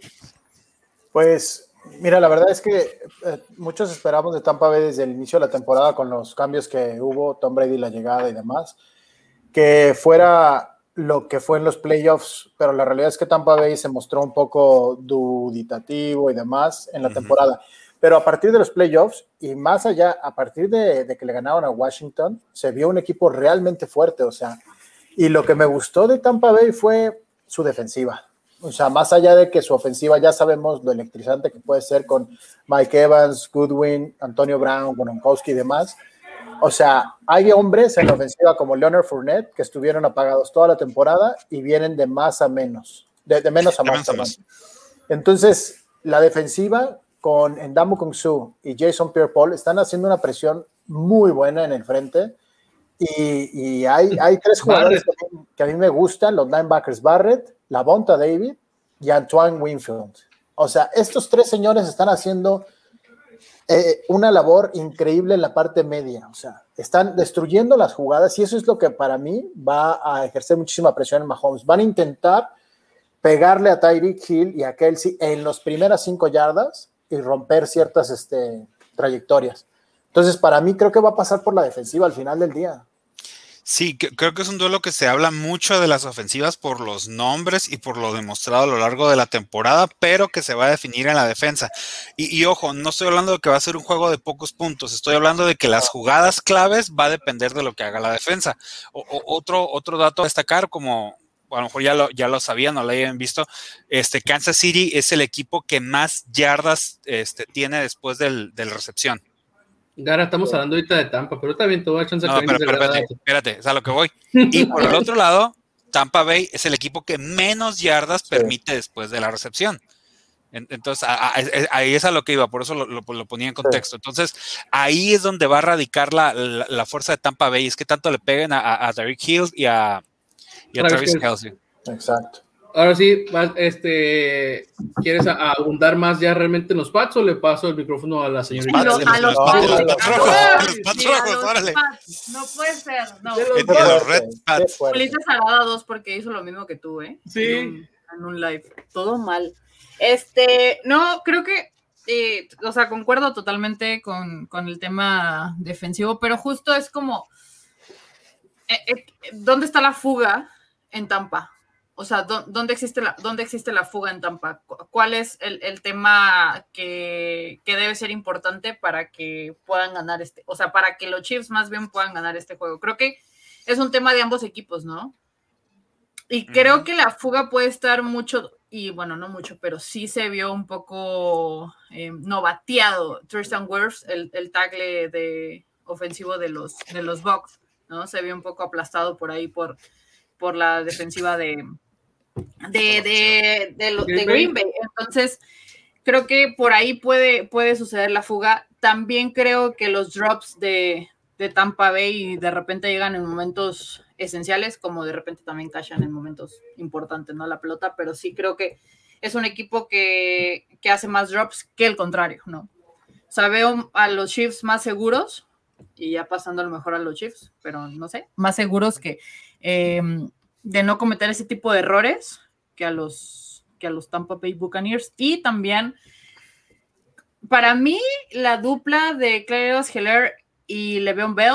Pues mira, la verdad es que eh, muchos esperamos de Tampa Bay desde el inicio de la temporada con los cambios que hubo, Tom Brady, la llegada y demás, que fuera lo que fue en los playoffs, pero la realidad es que Tampa Bay se mostró un poco duditativo y demás en la uh-huh. temporada. Pero a partir de los playoffs y más allá, a partir de, de que le ganaron a Washington, se vio un equipo realmente fuerte, o sea, y lo que me gustó de Tampa Bay fue su defensiva. O sea, más allá de que su ofensiva ya sabemos lo electrizante que puede ser con Mike Evans, Goodwin, Antonio Brown, Gronkowski y demás. O sea, hay hombres en la ofensiva como Leonard Fournette que estuvieron apagados toda la temporada y vienen de más a menos, de, de menos a más. más. Entonces, la defensiva con Ndamukong Suh y Jason Pierre-Paul están haciendo una presión muy buena en el frente y, y hay, hay tres jugadores que a, mí, que a mí me gustan, los linebackers Barrett, Lavonta David y Antoine Winfield. O sea, estos tres señores están haciendo eh, una labor increíble en la parte media, o sea, están destruyendo las jugadas y eso es lo que para mí va a ejercer muchísima presión en Mahomes. Van a intentar pegarle a Tyreek Hill y a Kelsey en las primeras cinco yardas y romper ciertas este, trayectorias. Entonces, para mí creo que va a pasar por la defensiva al final del día. Sí, creo que es un duelo que se habla mucho de las ofensivas por los nombres y por lo demostrado a lo largo de la temporada, pero que se va a definir en la defensa. Y, y ojo, no estoy hablando de que va a ser un juego de pocos puntos, estoy hablando de que las jugadas claves va a depender de lo que haga la defensa. O, o, otro, otro dato a destacar, como a lo mejor ya lo, ya lo sabían o lo habían visto, este, Kansas City es el equipo que más yardas este, tiene después del, de la recepción. Gara, estamos hablando ahorita de Tampa, pero también te voy a echar un No, pero, pero espérate, espérate, es a lo que voy. Y por el otro lado, Tampa Bay es el equipo que menos yardas sí. permite después de la recepción. Entonces, a, a, a, ahí es a lo que iba, por eso lo, lo, lo ponía en contexto. Entonces, ahí es donde va a radicar la, la, la fuerza de Tampa Bay, es que tanto le peguen a, a Tyreek Hill y a, y a Travis Kelce. Exacto. Ahora sí, este, ¿quieres abundar más ya realmente en los Pats o le paso el micrófono a la señorita? A los, a los Pats. No puede ser, no. En los Red Pats. Ulises Arada dos porque hizo lo mismo que tú, ¿eh? Sí. En un, en un live. Todo mal. Este, no, creo que, eh, o sea, concuerdo totalmente con, con el tema defensivo, pero justo es como, eh, eh, ¿dónde está la fuga en Tampa? O sea, ¿dónde existe la, dónde existe la fuga en Tampa? ¿Cuál es el, el tema que, que debe ser importante para que puedan ganar este? O sea, para que los Chiefs más bien puedan ganar este juego. Creo que es un tema de ambos equipos, ¿no? Y creo uh-huh. que la fuga puede estar mucho, y bueno, no mucho, pero sí se vio un poco eh, novateado. Tristan Wirfs, el, el tackle de ofensivo de los, de los Bucs, ¿no? Se vio un poco aplastado por ahí por, por la defensiva de... De, de, de, de, de Green Bay. Entonces, creo que por ahí puede, puede suceder la fuga. También creo que los drops de, de Tampa Bay de repente llegan en momentos esenciales, como de repente también cashan en momentos importantes, ¿no? La pelota, pero sí creo que es un equipo que, que hace más drops que el contrario, ¿no? O sea, veo a los Chiefs más seguros, y ya pasando a lo mejor a los Chiefs, pero no sé, más seguros que eh, de no cometer ese tipo de errores que a los, que a los Tampa Bay Buccaneers. Y también, para mí, la dupla de Clyde Edwards-Helaire y Le'Veon Bell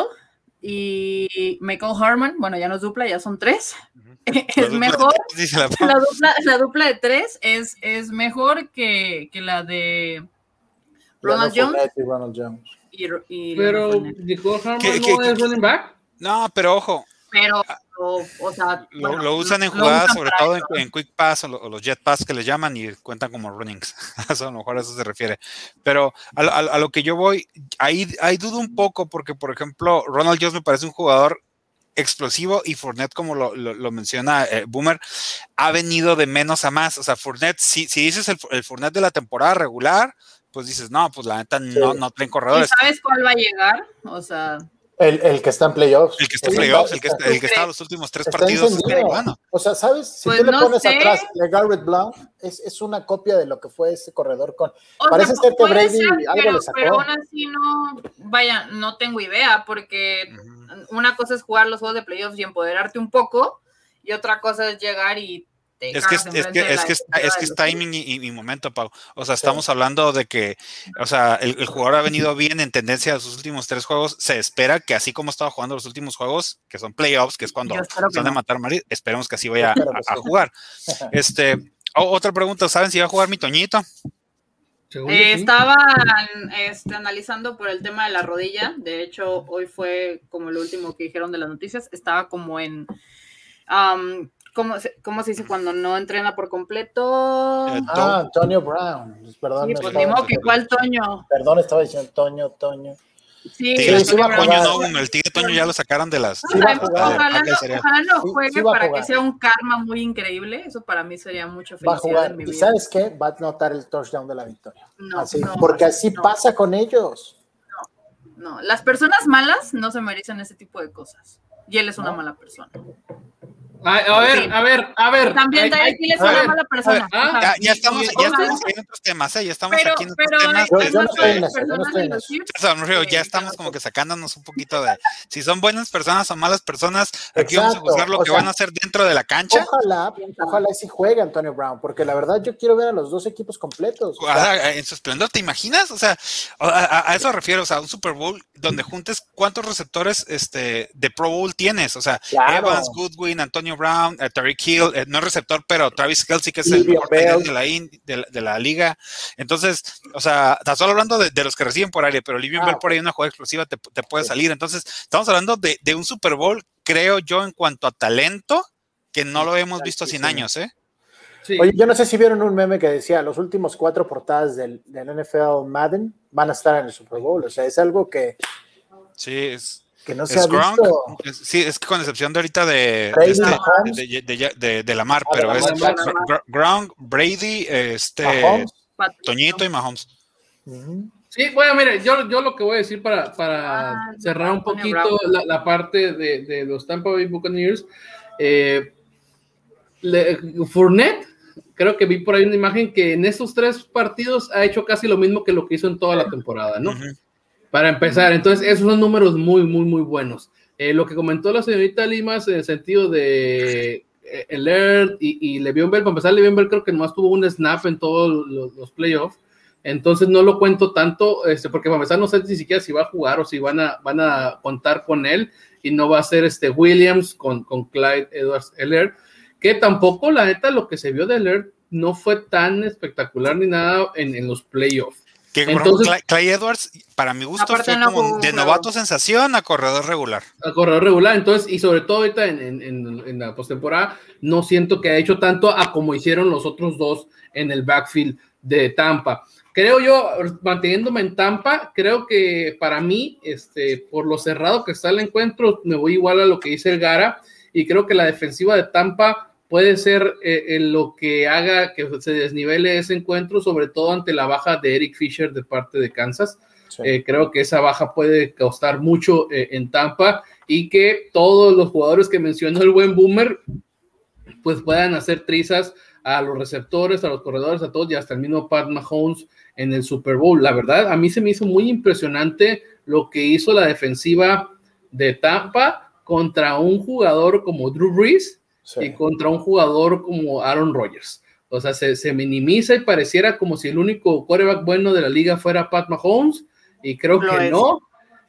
y Michael Harmon, bueno, ya no es dupla, ya son tres, uh-huh. es la mejor, dice la, la, dupla, la dupla de tres es, es mejor que, que la de Ronald Jones. Y Ronald Jones. Y, y pero Nicole Harmon ¿Qué, no qué, es running back. No, pero ojo. Pero, o, o sea, lo, bueno, lo usan en jugadas, sobre todo en, en quick pass o, lo, o los jet pass que les llaman y cuentan como runnings. Eso, a lo mejor a eso se refiere. Pero a, a, a lo que yo voy, ahí, ahí dudo un poco porque, por ejemplo, Ronald Jones me parece un jugador explosivo y Fournette, como lo, lo, lo menciona eh, Boomer, ha venido de menos a más. O sea, Fournette, si, si dices el, el Fournette de la temporada regular, pues dices, no, pues la neta no, no traen corredores. ¿Y sabes cuál va a llegar? O sea... El, el que está en playoffs. El que está en playoffs, el que está, el que está los últimos tres está partidos. Está bueno. O sea, ¿sabes? Si pues tú le no pones sé. atrás a Garrett Blount, es, es una copia de lo que fue ese corredor con... O Parece sea, ser que Brady ser, algo pero, le sacó. Pero aún así no... Vaya, no tengo idea, porque uh-huh. una cosa es jugar los juegos de playoffs y empoderarte un poco, y otra cosa es llegar y... Es que es, es, que, es, que es, es que es timing y, y momento, Pau. O sea, estamos sí. hablando de que, o sea, el, el jugador ha venido bien en tendencia de sus últimos tres juegos. Se espera que así como estaba jugando los últimos juegos, que son playoffs, que es cuando son de no. matar María, esperemos que así vaya a, a jugar. Este, o, otra pregunta, ¿saben si va a jugar mi Toñito? Eh, estaban este, analizando por el tema de la rodilla. De hecho, hoy fue como lo último que dijeron de las noticias. Estaba como en... Um, ¿Cómo se, ¿Cómo se dice cuando no entrena por completo? Ah, Antonio Brown. Perdón. Sí, pues ni modo que cuál Toño. Perdón, estaba diciendo Toño, Toño. Sí, sí, sí va a Toño, no, el tigre Toño ya lo sacaron de las... Sí, ojalá, ojalá, no, ojalá no juegue sí, sí para que sea un karma muy increíble. Eso para mí sería mucho felicidad en mi vida. ¿Y sabes qué? Va a notar el touchdown de la victoria. No, así, no, porque así no. pasa con ellos. No, no, las personas malas no se merecen ese tipo de cosas. Y él es una no. mala persona. A, a ver, sí. a ver, a ver. También Tyreek Hill es una ver, mala persona. ¿Ah? Ya, ya estamos, ya estamos aquí en otros temas, ¿eh? Ya estamos pero, aquí en otros pero temas. Yo, yo no estoy en eso, yo no estoy en eso. eso. Ya estamos como que sacándonos un poquito de si son buenas personas o malas personas. Aquí Exacto. vamos a juzgar lo o que sea, van a hacer dentro de la cancha. Ojalá, ojalá sí juegue Antonio Brown, porque la verdad yo quiero ver a los dos equipos completos. O sea, en su esplendor, ¿te imaginas? O sea, a, a, a eso refiero, o sea, un Super Bowl donde juntes cuántos receptores este, de Pro Bowl tienes. O sea, claro. Evans, Goodwin, Antonio Brown, uh, Tyreek Hill, eh, no es receptor, pero Travis Kelce, que es el mejor de la, in, de, la, de la liga. Entonces, o sea, estás solo hablando de, de los que reciben por aire, pero Le'Veon ah, Bell por ahí una jugada explosiva te, te puede sí. salir. Entonces, estamos hablando de, de un Super Bowl, creo yo, en cuanto a talento, que no lo hemos visto hace años, ¿eh? Sí. Oye, yo no sé si vieron un meme que decía, los últimos cuatro portadas del, del N F L Madden van a estar en el Super Bowl. O sea, es algo que... Sí, es... que no se es ha Gronk, visto. Es, sí, es con excepción de ahorita de, de, este, de, de, de, de, de Lamar, ah, pero es Gr Gronk, Brady, este, Mahomes. Toñito y Mahomes. Uh-huh. Sí, bueno, mire, yo, yo lo que voy a decir para, para ah, cerrar un poquito la, la parte de, de los Tampa Bay Buccaneers, eh, le, Fournette, creo que vi por ahí una imagen que en esos tres partidos ha hecho casi lo mismo que lo que hizo en toda la temporada, ¿no? Uh-huh. Para empezar, entonces esos son números muy, muy, muy buenos. Eh, lo que comentó la señorita Limas en el sentido de eh, Alert y, y Le'Veon Bell, para empezar, Le'Veon Bell creo que nomás tuvo un snap en todos los, los playoffs, entonces no lo cuento tanto, este, porque para empezar no sé ni siquiera si va a jugar o si van a, van a contar con él y no va a ser este Williams con, con Clyde Edwards-Helaire, que tampoco la neta lo que se vio de Alert no fue tan espectacular ni nada en, en los playoffs. Que Entonces, Clyde, Clyde Edwards, para mi gusto, fue no como de novato sensación a corredor regular. A corredor regular, entonces, y sobre todo ahorita en, en, en, en la postemporada, no siento que ha hecho tanto a como hicieron los otros dos en el backfield de Tampa. Creo yo, manteniéndome en Tampa, creo que para mí, este, por lo cerrado que está el encuentro, me voy igual a lo que dice el Gara, y creo que la defensiva de Tampa puede ser eh, lo que haga que se desnivele ese encuentro, sobre todo ante la baja de Eric Fisher de parte de Kansas. Sí. Eh, creo que esa baja puede costar mucho eh, en Tampa y que todos los jugadores que mencionó el buen Boomer pues puedan hacer trizas a los receptores, a los corredores, a todos y hasta el mismo Pat Mahomes en el Super Bowl. La verdad, a mí se me hizo muy impresionante lo que hizo la defensiva de Tampa contra un jugador como Drew Brees sí. y contra un jugador como Aaron Rodgers. O sea, se, se minimiza y pareciera como si el único quarterback bueno de la liga fuera Pat Mahomes, y creo no que es. no.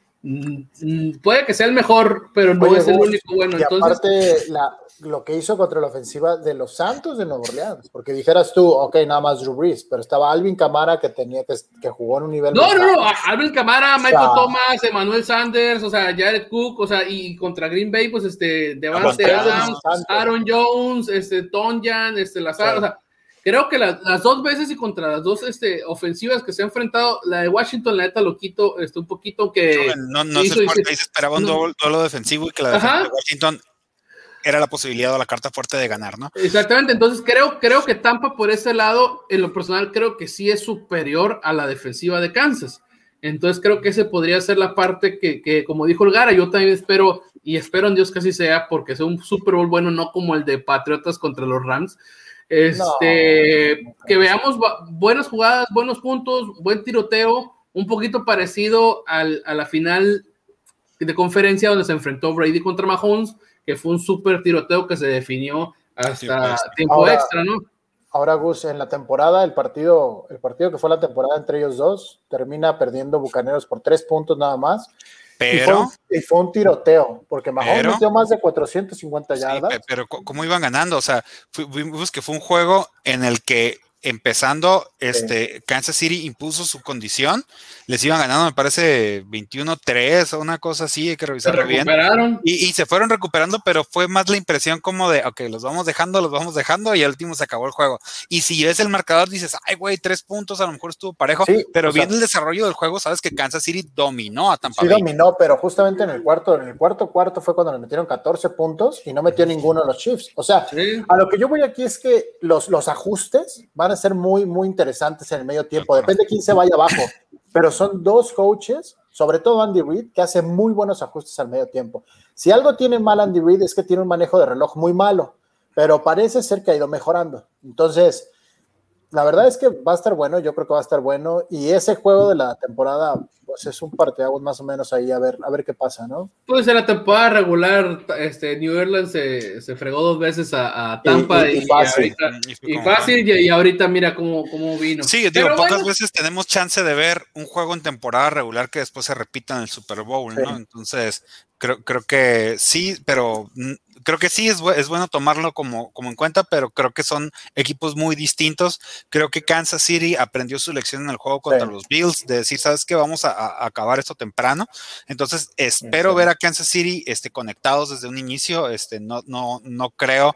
Puede que sea el mejor, pero no Oye, es el Gus, único bueno. Y Entonces, aparte, la, lo que hizo contra la ofensiva de los Santos de Nueva Orleans, porque dijeras tú, ok, nada más Drew Brees, pero estaba Alvin Kamara que tenía que, que jugó en un nivel. No, no, no, Alvin Kamara, Michael o sea, Thomas, Emmanuel Sanders, o sea, Jared Cook, o sea, y contra Green Bay, pues este, Devante Adams, Aaron Jones, este, Tonyan, este, Lazar, sí. o sea, creo que la, las dos veces y contra las dos este, ofensivas que se ha enfrentado, la de Washington, la neta lo quito este, un poquito que... No, no hizo, se, hizo, se esperaba un no. duelo defensivo y que la defensa de Washington era la posibilidad o la carta fuerte de ganar, ¿no? Exactamente, entonces creo, creo que Tampa por ese lado, en lo personal, creo que sí es superior a la defensiva de Kansas. Entonces creo que ese podría ser la parte que, que como dijo el Gara, yo también espero, y espero en Dios que así sea, porque sea un Super Bowl bueno, no como el de Patriotas contra los Rams. Este, no. que veamos buenas jugadas, buenos puntos, buen tiroteo, un poquito parecido al, a la final de conferencia donde se enfrentó Brady contra Mahomes, que fue un súper tiroteo que se definió hasta sí, tiempo ahora, extra, ¿no? Ahora, Gus, en la temporada, el partido, el partido que fue la temporada entre ellos dos, termina perdiendo Bucaneros por tres puntos nada más. Pero, y, fue un, y fue un tiroteo, porque Mahomes pero, metió más de cuatrocientas cincuenta yardas. Sí, pero ¿cómo iban ganando? O sea, vimos que fue un juego en el que empezando, este, sí. Kansas City impuso su condición, les iban ganando, me parece, veintiuno tres o una cosa así, hay que revisarlo bien. Y, y se fueron recuperando, pero fue más la impresión como de, ok, los vamos dejando, los vamos dejando, y al último se acabó el juego. Y si ves el marcador, dices, ay, güey, tres puntos, a lo mejor estuvo parejo, sí, pero viendo el desarrollo del juego, sabes que Kansas City dominó a Tampa Sí, Bay. dominó, pero justamente en el cuarto, en el cuarto cuarto fue cuando le metieron catorce puntos y no metió ninguno de los Chiefs. O sea, sí. a lo que yo voy aquí es que los, los ajustes van a ser muy, muy interesantes en el medio tiempo. Depende de quién se vaya abajo, pero son dos coaches, sobre todo Andy Reid, que hace muy buenos ajustes al medio tiempo. Si algo tiene mal Andy Reid es que tiene un manejo de reloj muy malo, pero parece ser que ha ido mejorando. Entonces, la verdad es que va a estar bueno, yo creo que va a estar bueno, y ese juego de la temporada, pues es un parteaguas más o menos ahí, a ver, a ver qué pasa, ¿no? Pues en la temporada regular, este, New Orleans se, se fregó dos veces a, a Tampa, y, y, y fácil, y, ahorita, y, y, fácil y, y ahorita mira cómo, cómo vino. Sí, digo, Pero pocas bueno. veces tenemos chance de ver un juego en temporada regular que después se repita en el Super Bowl, sí. ¿no? Entonces, creo, creo que sí, pero... Creo que sí es, es bueno tomarlo como, como en cuenta, pero creo que son equipos muy distintos. Creo que Kansas City aprendió su lección en el juego contra sí. los Bills, de decir, ¿sabes qué? Vamos a, a acabar esto temprano. Entonces, espero sí. ver a Kansas City este, conectados desde un inicio. Este, no, no, no creo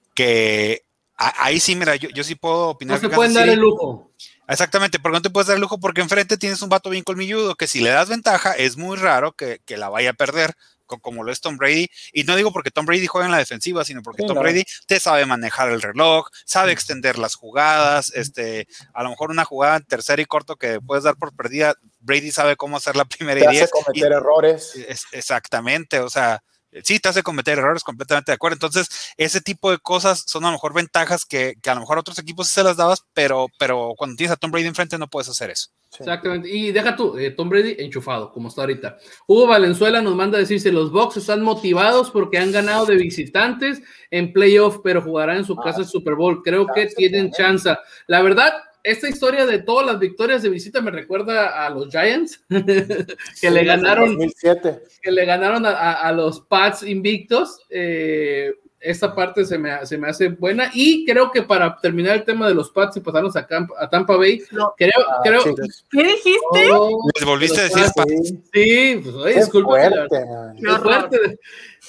que... A, ahí sí, mira, yo, yo sí puedo opinar. No se pueden dar el lujo. Exactamente, porque no te puedes dar el lujo porque enfrente tienes un vato bien colmilludo que si le das ventaja es muy raro que, que la vaya a perder, como lo es Tom Brady, y no digo porque Tom Brady juega en la defensiva, sino porque sí, Tom no. Brady te sabe manejar el reloj, sabe extender las jugadas, este, a lo mejor una jugada en tercera y corto que puedes dar por perdida, Brady sabe cómo hacer la primera te y diez. Te hace cometer y, errores. Es, exactamente, o sea, sí, te hace cometer errores, completamente de acuerdo. Entonces, ese tipo de cosas son a lo mejor ventajas que, que a lo mejor a otros equipos sí se las dabas, pero, pero cuando tienes a Tom Brady enfrente no puedes hacer eso. Sí. Exactamente, y deja tú, eh, Tom Brady enchufado, como está ahorita. Hugo Valenzuela nos manda a decirse, los Bucs están motivados porque han ganado de visitantes en playoff, pero jugarán en su ah, casa el Super Bowl. Creo que tienen chance. La verdad, esta historia de todas las victorias de visita me recuerda a los Giants, que, sí, le ganaron, dos mil siete. que le ganaron a, a, a los Pats invictos. Eh, esta parte se me, se me hace buena, y creo que para terminar el tema de los Pats y pasarnos a, Camp, a Tampa Bay, no. creo, ah, creo sí. ¿Qué dijiste? Oh, ¿les volviste a decir Pats? Sí, pues oye, disculpa. Es fuerte.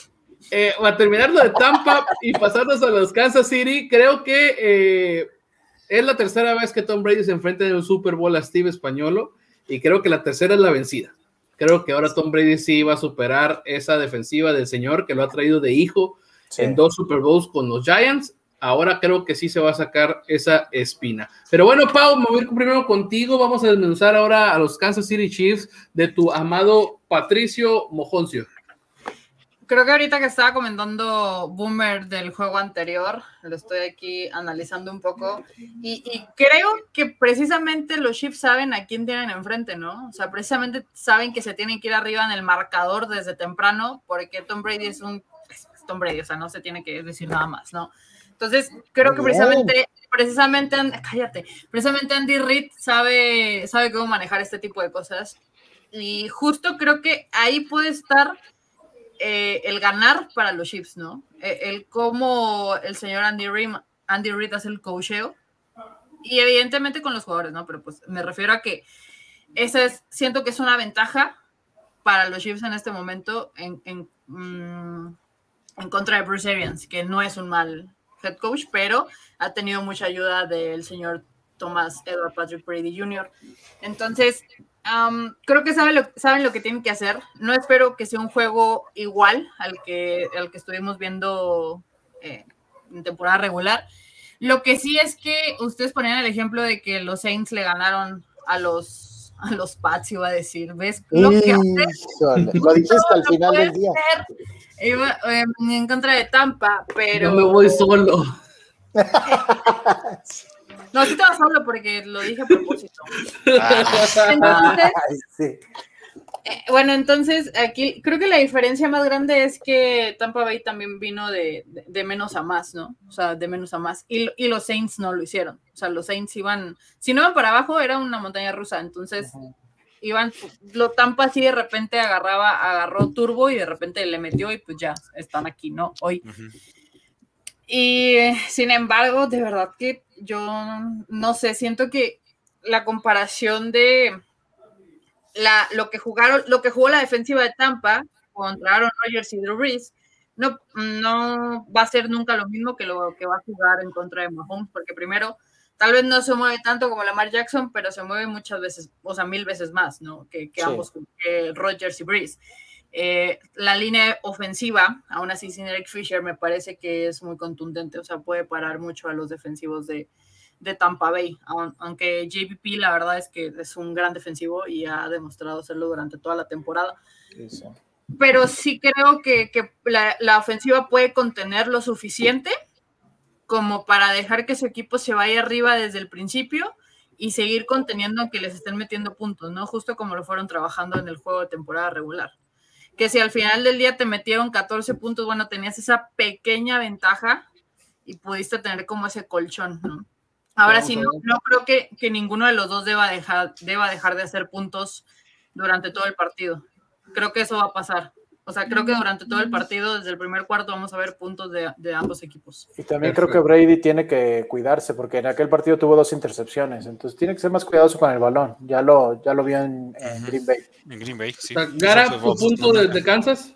Eh, a terminar lo de Tampa y pasarnos a los Kansas City, creo que eh, es la tercera vez que Tom Brady se enfrenta en el Super Bowl a Steve Spagnuolo, y creo que la tercera es la vencida. Creo que ahora Tom Brady sí va a superar esa defensiva del señor que lo ha traído de hijo sí. en dos Super Bowls con los Giants, ahora creo que sí se va a sacar esa espina. Pero bueno, Pau, me voy a ir primero contigo. Vamos a desmenuzar ahora a los Kansas City Chiefs de tu amado Patricio Mojoncio. Creo que ahorita que estaba comentando Boomer del juego anterior, lo estoy aquí analizando un poco, y, y creo que precisamente los Chiefs saben a quién tienen enfrente, ¿no? O sea, precisamente saben que se tienen que ir arriba en el marcador desde temprano, porque Tom Brady es un... es Tom Brady, o sea, no se tiene que decir nada más, ¿no? Entonces, creo que precisamente, precisamente, cállate, precisamente Andy Reid sabe, sabe cómo manejar este tipo de cosas, y justo creo que ahí puede estar Eh, el ganar para los Chiefs, ¿no? El, el cómo el señor Andy Reid, Andy Reid hace el coacheo, y evidentemente con los jugadores, ¿no? Pero pues me refiero a que esa es, siento que es una ventaja para los Chiefs en este momento en, en, mmm, en contra de Bruce Arians, que no es un mal head coach, pero ha tenido mucha ayuda del señor Thomas Edward Patrick Brady junior Entonces, Um, creo que saben lo, saben lo que tienen que hacer. No espero que sea un juego igual al que, al que estuvimos viendo eh, en temporada regular. Lo que sí es que ustedes ponían el ejemplo de que los Saints le ganaron a los, a los Pats, iba a decir. ¿Ves lo que hace? Lo dijiste al final del día. Iba, eh, en contra de Tampa, pero... No me voy solo. No, sí te vas solo porque lo dije a propósito. Entonces, sí. eh, bueno, entonces aquí creo que la diferencia más grande es que Tampa Bay también vino de, de, de menos a más, ¿no? O sea, de menos a más. Y, y los Saints no lo hicieron. O sea, los Saints iban, si no iban para abajo, era una montaña rusa. Entonces, uh-huh. iban, lo Tampa así de repente agarraba, agarró turbo y de repente le metió y pues ya están aquí, ¿no? Hoy. Uh-huh. Y sin embargo, de verdad que yo no sé, siento que la comparación de la, lo que jugaron, lo que jugó la defensiva de Tampa contra Aaron Rodgers y Drew Brees, no, no va a ser nunca lo mismo que lo que va a jugar en contra de Mahomes, porque primero, tal vez no se mueve tanto como Lamar Jackson, pero se mueve muchas veces, o sea, mil veces más, ¿no? Que, que sí. ambos, que Rodgers y Brees. Eh, la línea ofensiva, aún así sin Eric Fisher, me parece que es muy contundente, o sea, puede parar mucho a los defensivos de, de Tampa Bay, aunque J P P la verdad es que es un gran defensivo y ha demostrado serlo durante toda la temporada, sí, sí. Pero sí creo que, que la, la ofensiva puede contener lo suficiente como para dejar que su equipo se vaya arriba desde el principio y seguir conteniendo aunque les estén metiendo puntos, ¿no? Justo como lo fueron trabajando en el juego de temporada regular. Que si al final del día te metieron catorce puntos, bueno, tenías esa pequeña ventaja y pudiste tener como ese colchón, ¿no? Ahora sí, no, no creo que, que ninguno de los dos deba dejar, deba dejar de hacer puntos durante todo el partido. Creo que eso va a pasar. O sea, creo que durante todo el partido, desde el primer cuarto, vamos a ver puntos de, de ambos equipos. Y también Perfecto. Creo que Brady tiene que cuidarse, porque en aquel partido tuvo dos intercepciones, entonces tiene que ser más cuidadoso con el balón. Ya lo, ya lo vio en, en uh-huh. Green Bay. En Green Bay, sí. Gara, ¿tu punto de, de Kansas?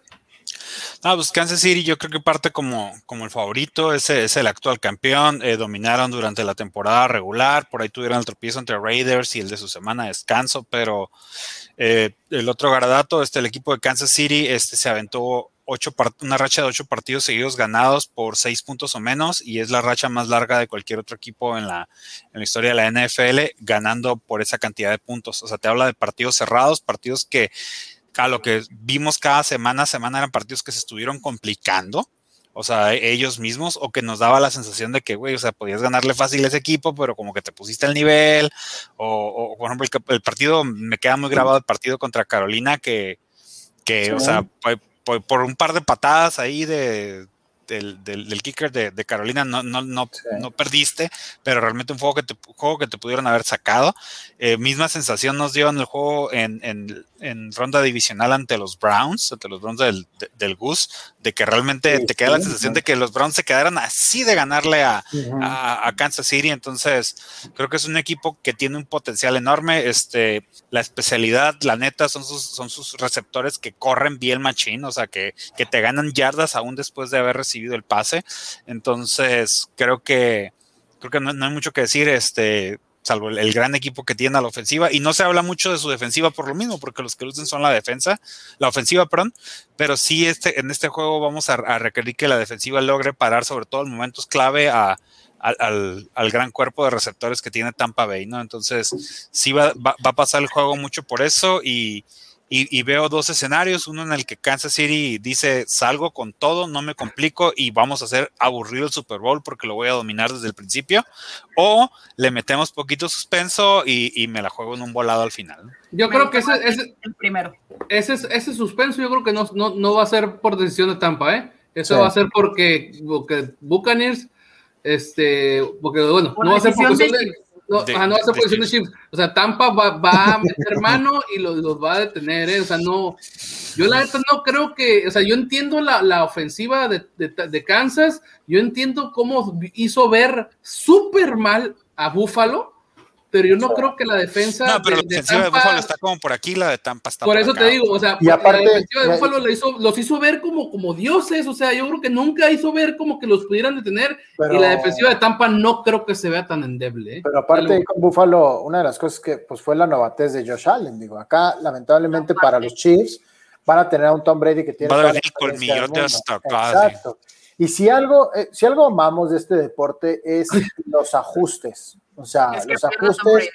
No, pues Kansas City yo creo que parte como, como el favorito, es, es el actual campeón, eh, dominaron durante la temporada regular, por ahí tuvieron el tropiezo entre Raiders y el de su semana de descanso, pero eh, el otro garadato, este, el equipo de Kansas City este, se aventó ocho part- una racha de ocho partidos seguidos ganados por seis puntos o menos, y es la racha más larga de cualquier otro equipo en la, en la historia de la N F L, ganando por esa cantidad de puntos. O sea, te habla de partidos cerrados, partidos que a lo que vimos cada semana, semana eran partidos que se estuvieron complicando, o sea, ellos mismos, o que nos daba la sensación de que, güey, o sea, podías ganarle fácil a ese equipo, pero como que te pusiste al nivel, o, o por ejemplo, el, el partido, me queda muy grabado el partido contra Carolina, que, que sí. o sea, por, por, por un par de patadas ahí de... Del, del, del kicker de, de Carolina no, no, no, sí. no perdiste, pero realmente un juego que te, juego que te pudieron haber sacado. Eh, misma sensación nos dio en el juego en, en, en ronda divisional ante los Browns, ante los Browns del, de, del Goose, de que realmente sí, te queda sí, la sensación sí. de que los Browns se quedaran así de ganarle a, uh-huh. a, a Kansas City. Entonces creo que es un equipo que tiene un potencial enorme. Este, la especialidad, la neta, son sus, son sus receptores que corren bien machín, o sea, que, que te ganan yardas aún después de haber recibido el pase. Entonces creo que creo que no, no hay mucho que decir. Este, salvo el, el gran equipo que tiene a la ofensiva, y no se habla mucho de su defensiva por lo mismo, porque los que lucen son la defensa, la ofensiva, perdón, pero sí este, en este juego vamos a, a requerir que la defensiva logre parar sobre todo en momentos clave a, a, al, al gran cuerpo de receptores que tiene Tampa Bay, ¿no? Entonces sí va, va, va a pasar el juego mucho por eso, y Y, y veo dos escenarios, uno en el que Kansas City dice, salgo con todo, no me complico y vamos a hacer aburrido el Super Bowl porque lo voy a dominar desde el principio, o le metemos poquito suspenso y, y me la juego en un volado al final. Yo creo que ese, ese, el primero. Ese, ese suspenso yo creo que no, no, no va a ser por decisión de Tampa, ¿eh? Eso sí. Va a ser porque, porque Buccaneers, este, porque bueno, por no va a ser por cuestión de... de No, de, ajá, no va a ser posición de Chiefs. O sea, Tampa va, va a meter mano y los, los va a detener, ¿eh? O sea, no. Yo la neta no creo que. O sea, yo entiendo la, la ofensiva de, de, de Kansas. Yo entiendo cómo hizo ver súper mal a Buffalo. Pero yo no sí. creo que la defensa. No, pero de, la defensiva de, Tampa, de Buffalo está como por aquí, la de Tampa está por, por por eso acá. Te digo, o sea, y aparte, la defensiva de Buffalo la hizo, los hizo ver como, como dioses. O sea, yo creo que nunca hizo ver como que los pudieran detener. Pero, y la defensiva de Tampa no creo que se vea tan endeble. ¿eh? Pero aparte, Algo. con Buffalo, una de las cosas que pues, fue la novatez de Josh Allen. Digo, acá, lamentablemente, no, para los Chiefs, van a tener a un Tom Brady que tiene. Va a venir colmillote hasta acá. Exacto. Y si algo, eh, si algo amamos de este deporte es los ajustes. O sea, es los ajustes.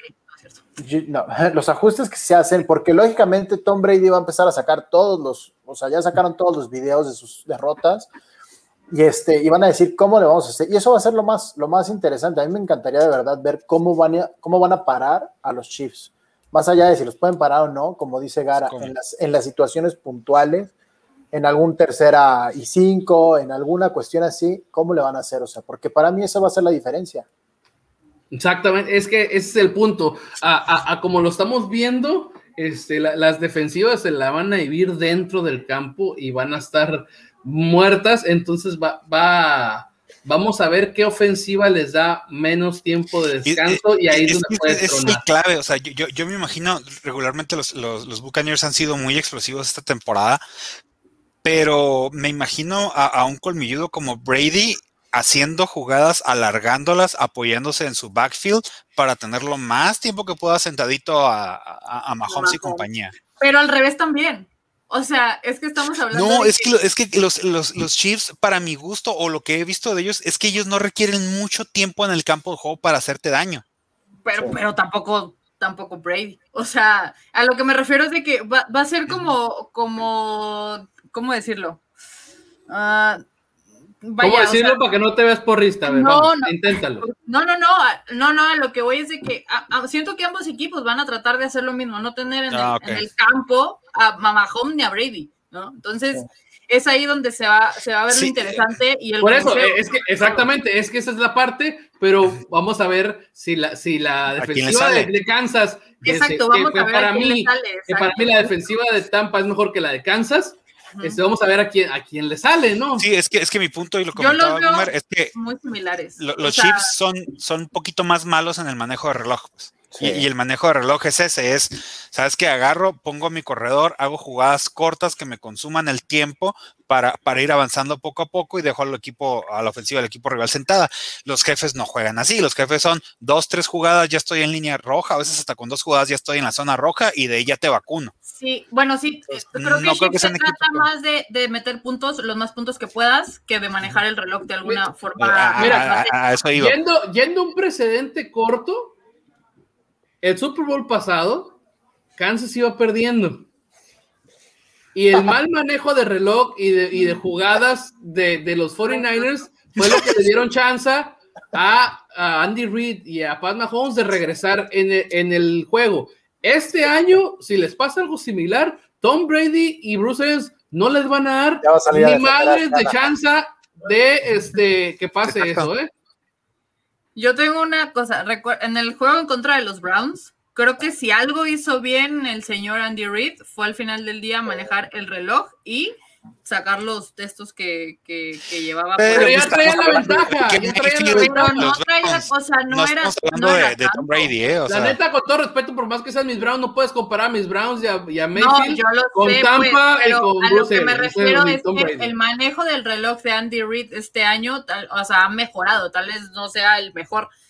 No, los ajustes que se hacen, porque lógicamente Tom Brady va a empezar a sacar todos los, o sea, ya sacaron todos los videos de sus derrotas y este, y van a decir cómo le vamos a hacer, y eso va a ser lo más, lo más interesante. A mí me encantaría de verdad ver cómo van a, cómo van a parar a los Chiefs, más allá de si los pueden parar o no, como dice Gara, en las, en las situaciones puntuales, en algún tercera y cinco, en alguna cuestión así, cómo le van a hacer, o sea, porque para mí esa va a ser la diferencia. Exactamente, es que ese es el punto. A, a, a como lo estamos viendo, este, la, las defensivas se la van a vivir dentro del campo y van a estar muertas, entonces va, va, vamos a ver qué ofensiva les da menos tiempo de descanso y, y ahí es donde puede es, es el clave, o sea, yo, yo, yo me imagino, regularmente los, los, los Buccaneers han sido muy explosivos esta temporada, pero me imagino a, a un colmilludo como Brady haciendo jugadas, alargándolas, apoyándose en su backfield para tenerlo más tiempo que pueda sentadito a, a, a Mahomes no, y compañía. Pero al revés también. O sea, es que estamos hablando No, de es que, que, es que los, los, los Chiefs, para mi gusto, o lo que he visto de ellos, es que ellos no requieren mucho tiempo en el campo de juego para hacerte daño. Pero, sí. pero tampoco, tampoco Brady. O sea, a lo que me refiero es de que va, va a ser como, como, ¿cómo decirlo? Ah... Uh, Vaya, ¿cómo decirlo o sea, para que no te veas porrista? A ver, no, vamos, no, inténtalo. No, no, no, no, no, lo que voy es de que a, a, siento que ambos equipos van a tratar de hacer lo mismo, no tener en, ah, el, okay. en el campo a Mahomes ni a Brady, ¿no? Entonces, sí. es ahí donde se va, se va a ver sí. lo interesante. Y el Por eso, museo, es que, exactamente, es que esa es la parte, pero vamos a ver si la, si la defensiva de, de Kansas, exacto, que, vamos que, a ver para mí, sale, que para mí la defensiva de Tampa es mejor que la de Kansas. Este, vamos a ver a quién, a quién le sale, ¿no? Sí, es que, es que mi punto, y lo comentaba Boomer, es que muy similares. Lo, los o sea, Chiefs son, son un poquito más malos en el manejo de reloj, pues. Sí. Y, y el manejo de reloj es ese, es, ¿sabes qué? Agarro, pongo mi corredor, hago jugadas cortas que me consuman el tiempo para, para ir avanzando poco a poco y dejo al equipo, a la ofensiva del equipo rival sentada. Los jefes no juegan así, los jefes son dos, tres jugadas, ya estoy en línea roja, a veces hasta con dos jugadas ya estoy en la zona roja y de ahí ya te vacuno. Sí, bueno, sí, creo que, no creo que se equipo, trata pero... más de, de meter puntos, los más puntos que puedas, que de manejar el reloj de alguna mira, forma. Mira, a, a eso iba. Yendo, yendo un precedente corto, el Super Bowl pasado, Kansas iba perdiendo. Y el mal manejo de reloj y de, y de jugadas de, de los cuarenta y nueve ers fue lo que le dieron chance a, a Andy Reid y a Pat Mahomes de regresar en el, en el juego. Este año, si les pasa algo similar, Tom Brady y Bruce Arians no les van a dar a ni madres de chance de este, que pase eso, ¿eh? Yo tengo una cosa, en el juego en contra de los Browns, creo que si algo hizo bien el señor Andy Reid fue al final del día manejar el reloj y sacar los textos que, que, que llevaba. Pero por ya traía la ventaja, ya traía la ventaja. No traía, o sea, no, no era. No no era de, de Tom Brady, ¿eh? O la sea. neta, con todo respeto, por más que sean mis Browns, no puedes comparar a mis Browns y a, y a Mayfield no, yo lo con sé, Tampa pues, y con a Bruce lo que me refiero es que Brady. El manejo del reloj de Andy Reid este año, tal, o sea, ha mejorado, tal vez no sea el mejor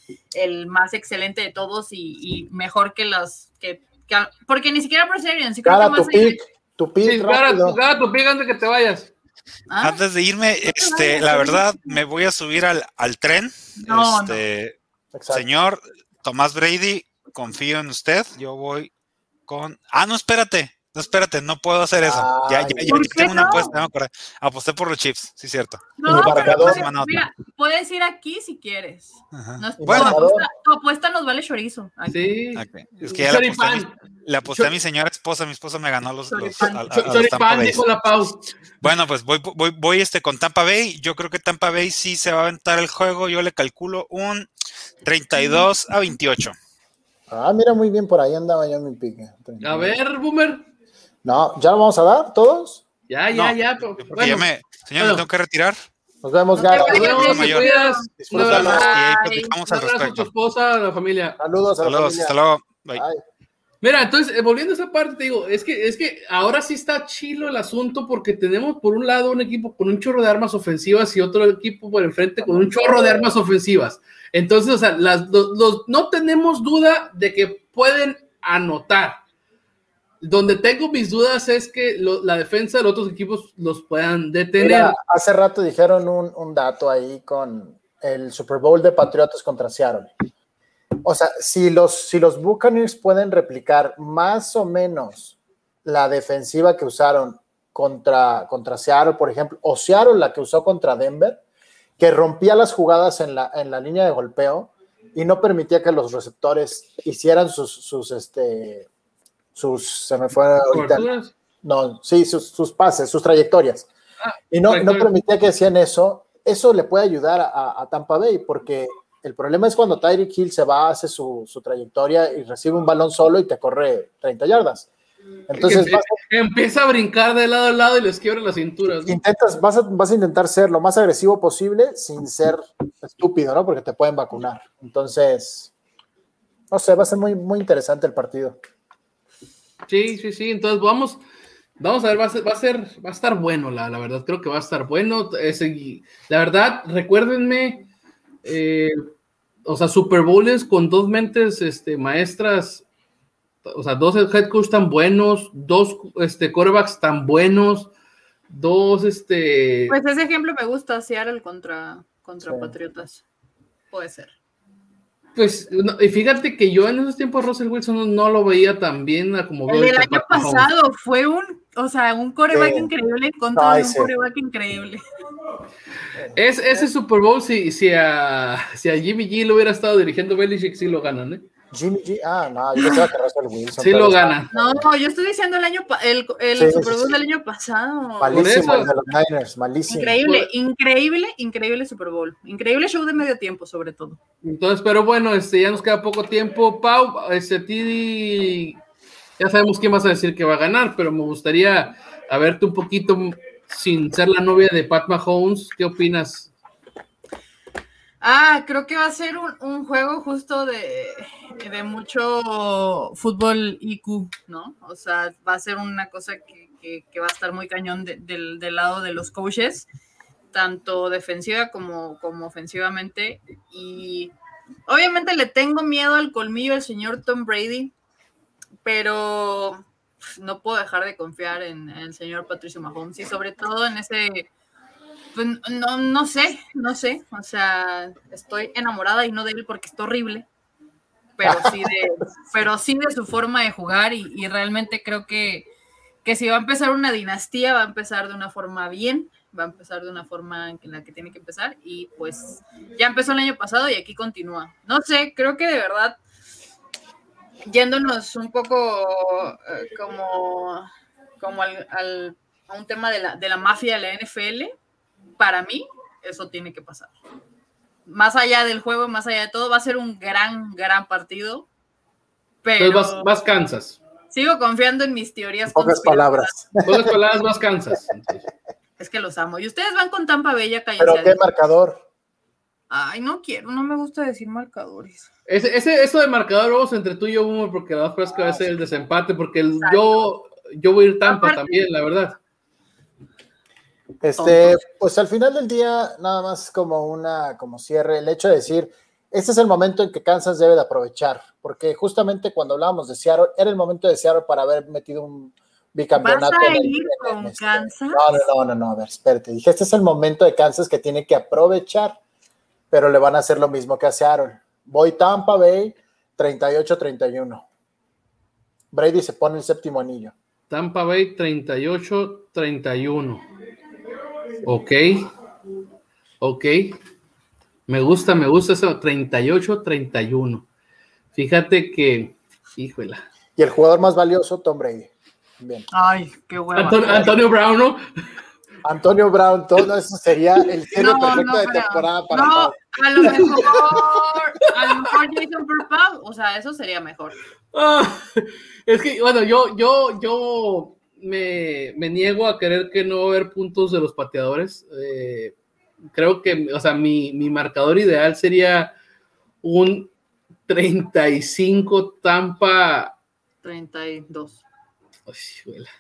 el más excelente de todos y, y mejor que los que, que porque ni siquiera Bruce Arians, sí creo Cara, que tu más pick, tu pick, Sí, cara, rápido. tu, cara, tu pick antes de que te vayas. ¿Ah? Antes de irme, este, la verdad, me voy a subir al, al tren. No, este, Exacto. Señor Tomás Brady, confío en usted. Yo voy con. Ah, no, espérate. No, espérate, no puedo hacer eso. Ya, ya, Ay, ya ¿por aquí qué tengo una no? apuesta. No me acuerdo. Aposté por los Chiefs, sí, cierto. No, Y pero marcador. puedes, Próxima nota. mira, puedes ir aquí si quieres. Ajá. No, Y tu, Bueno. apuesta, tu apuesta nos vale chorizo. Aquí. Sí. Ok. Es que ya le aposté, a mi, Choripán. le aposté a mi señora esposa. Mi esposa me ganó los, los, Choripán. a, a- a los Tampa Choripán, Bay. dijo la Pau. Bueno, pues voy, voy, voy este, con Tampa Bay. Yo creo que Tampa Bay sí se va a aventar el juego. Yo le calculo un treinta y dos a veintiocho. Ah, mira, muy bien, por ahí andaba yo en mi pick. A ver, Boomer. No, ¿ya lo vamos a dar todos? Ya, ya, No, ya. pero- Porque bueno, ya me, señor, bueno. me tengo que retirar. Nos vemos, No Gara. te nos vayas, vemos, te mayor. cuidas. Un Disfrútalo. abrazo. Y ahí Bye. platicamos Un al abrazo a tu respecto. esposa, a la familia. Saludos a la Saludos, familia. hasta luego. Bye. Bye. Mira, entonces, eh, volviendo a esa parte, te digo, es que, es que ahora sí está chilo el asunto porque tenemos por un lado un equipo con un chorro de armas ofensivas y otro equipo por enfrente con un chorro de armas ofensivas. Entonces, o sea, las, los, los- no tenemos duda de que pueden anotar. Donde tengo mis dudas es que lo- la defensa de los otros equipos los puedan detener. Mira, hace rato dijeron un, un dato ahí con el Super Bowl de Patriotas contra Seattle. O sea, si los, si los Buccaneers pueden replicar más o menos la defensiva que usaron contra, contra Seattle, por ejemplo, o Seattle la que usó contra Denver, que rompía las jugadas en la, en la línea de golpeo y no permitía que los receptores hicieran sus, sus, este, sus, se me fue ahorita, Coberturas. no, sí, sus, sus pases, sus trayectorias. Ah, Y no, no trayectoria. permitía que hacían eso. Eso le puede ayudar a, a Tampa Bay, porque el problema es cuando Tyreek Hill se va, hace su, su trayectoria y recibe un balón solo y te corre treinta yardas. Entonces Que- vas que empieza a brincar de lado a lado y les quiebra las cinturas, a, ¿no? intentas, vas, a, vas a intentar ser lo más agresivo posible sin ser estúpido, ¿no? Porque te pueden vacunar. Entonces, no sé, va a ser muy, muy interesante el partido. Sí, sí, sí. Entonces vamos, vamos a ver, va a ser, va a, ser, va a estar bueno, la, la verdad, creo que va a estar bueno. Ese- y la verdad, recuérdenme, eh, o sea, Super Bowls con dos mentes este, maestras, o sea, dos head coaches tan buenos, dos este, quarterbacks tan buenos, dos, este... Pues ese ejemplo me gusta, Seattle contra, contra Sí. Patriotas. Puede ser. Pues, no, y fíjate que yo en esos tiempos Russell Wilson no, no lo veía tan bien a como El veo del ahorita año Pat Mahomes. pasado fue un, o sea, un coreback Sí. increíble en contra Ay, de un sí. coreback increíble. Es, ese Super Bowl, si, si, a, si a Jimmy G lo hubiera estado dirigiendo Belichick, sí lo ganan, ¿eh? Jimmy G, ah, no, yo pensaba que Russell Wilson. Sí pero lo está ganan. No, yo estoy diciendo el año, pa- el, el Sí, Super sí, Bowl sí. del año pasado. Malísimo Por eso- el de los Niners, malísimo. Increíble, Por- increíble, increíble Super Bowl. Increíble show de medio tiempo, sobre todo. Entonces, pero bueno, este, ya nos queda poco tiempo. Pau, este, Tidi, ya sabemos quién vas a decir que va a ganar, pero me gustaría a verte un poquito sin ser la novia de Pat Mahomes. ¿Qué opinas? Ah, creo que va a ser un, un juego justo de, de mucho fútbol I Q, ¿no? O sea, va a ser una cosa que, que, que va a estar muy cañón de- del, del lado de los coaches, tanto defensiva como, como ofensivamente. Y obviamente le tengo miedo al colmillo del señor Tom Brady, pero no puedo dejar de confiar en, en el señor Patricio Mahomes y sobre todo en ese... Pues no, no sé, no sé, o sea, estoy enamorada y no de él porque está horrible, pero sí de, pero sí de su forma de jugar y, y realmente creo que, que si va a empezar una dinastía, va a empezar de una forma bien, va a empezar de una forma en la que tiene que empezar y pues ya empezó el año pasado y aquí continúa. No sé, creo que de verdad, yéndonos un poco eh, como, como al, al, a un tema de la, de la mafia de la N F L, para mí, eso tiene que pasar. Más allá del juego, más allá de todo, va a ser un gran, gran partido. Pero Entonces vas, vas Kansas. sigo confiando en mis teorías. En pocas conspirativas. palabras. Pocas palabras, vas Kansas. Entonces. Es que los amo. Y ustedes van con Tampa Bay, ya Pero cállense. qué marcador. Ay, no quiero, no me gusta decir marcadores. Ese, ese, eso de marcador, vamos entre tú y yo, Boomer, porque la verdad es que va a ser el desempate, porque el, yo, yo voy a ir Tampa Aparte- también, la verdad. Este, pues al final del día, nada más como una, como cierre, el hecho de decir, Ese es el momento en que Kansas debe de aprovechar, porque justamente cuando hablábamos de Seattle, era el momento de Seattle para haber metido un bicampeonato. ¿Vas a en el, ir en con este. Kansas? No, no, no, no, no, a ver, espérate. Dije, este es el momento de Kansas que tiene que aprovechar, pero le van a hacer lo mismo que a Seattle. Voy Tampa Bay, treinta y ocho a treinta y uno. Brady se pone el séptimo anillo. Tampa Bay, treinta y ocho a treinta y uno. Ok. Ok. Me gusta, me gusta eso, treinta y ocho a treinta y uno. Fíjate que, híjole. Y el jugador más valioso, Tom Brady. Bien. Ay, qué hueva. Antonio, Antonio Brown, ¿no? Antonio Brown, todo eso sería el cierre No, perfecto no de creo. temporada para No, Pau. a lo mejor, a lo mejor Jason Pierre-Paul, o sea, eso sería mejor. Ah, es que, bueno, yo, yo, yo me, me niego a creer que no va a haber puntos de los pateadores. Eh, creo que, o sea, mi, mi marcador ideal sería un treinta y cinco Tampa. treinta y dos. Ay, huela.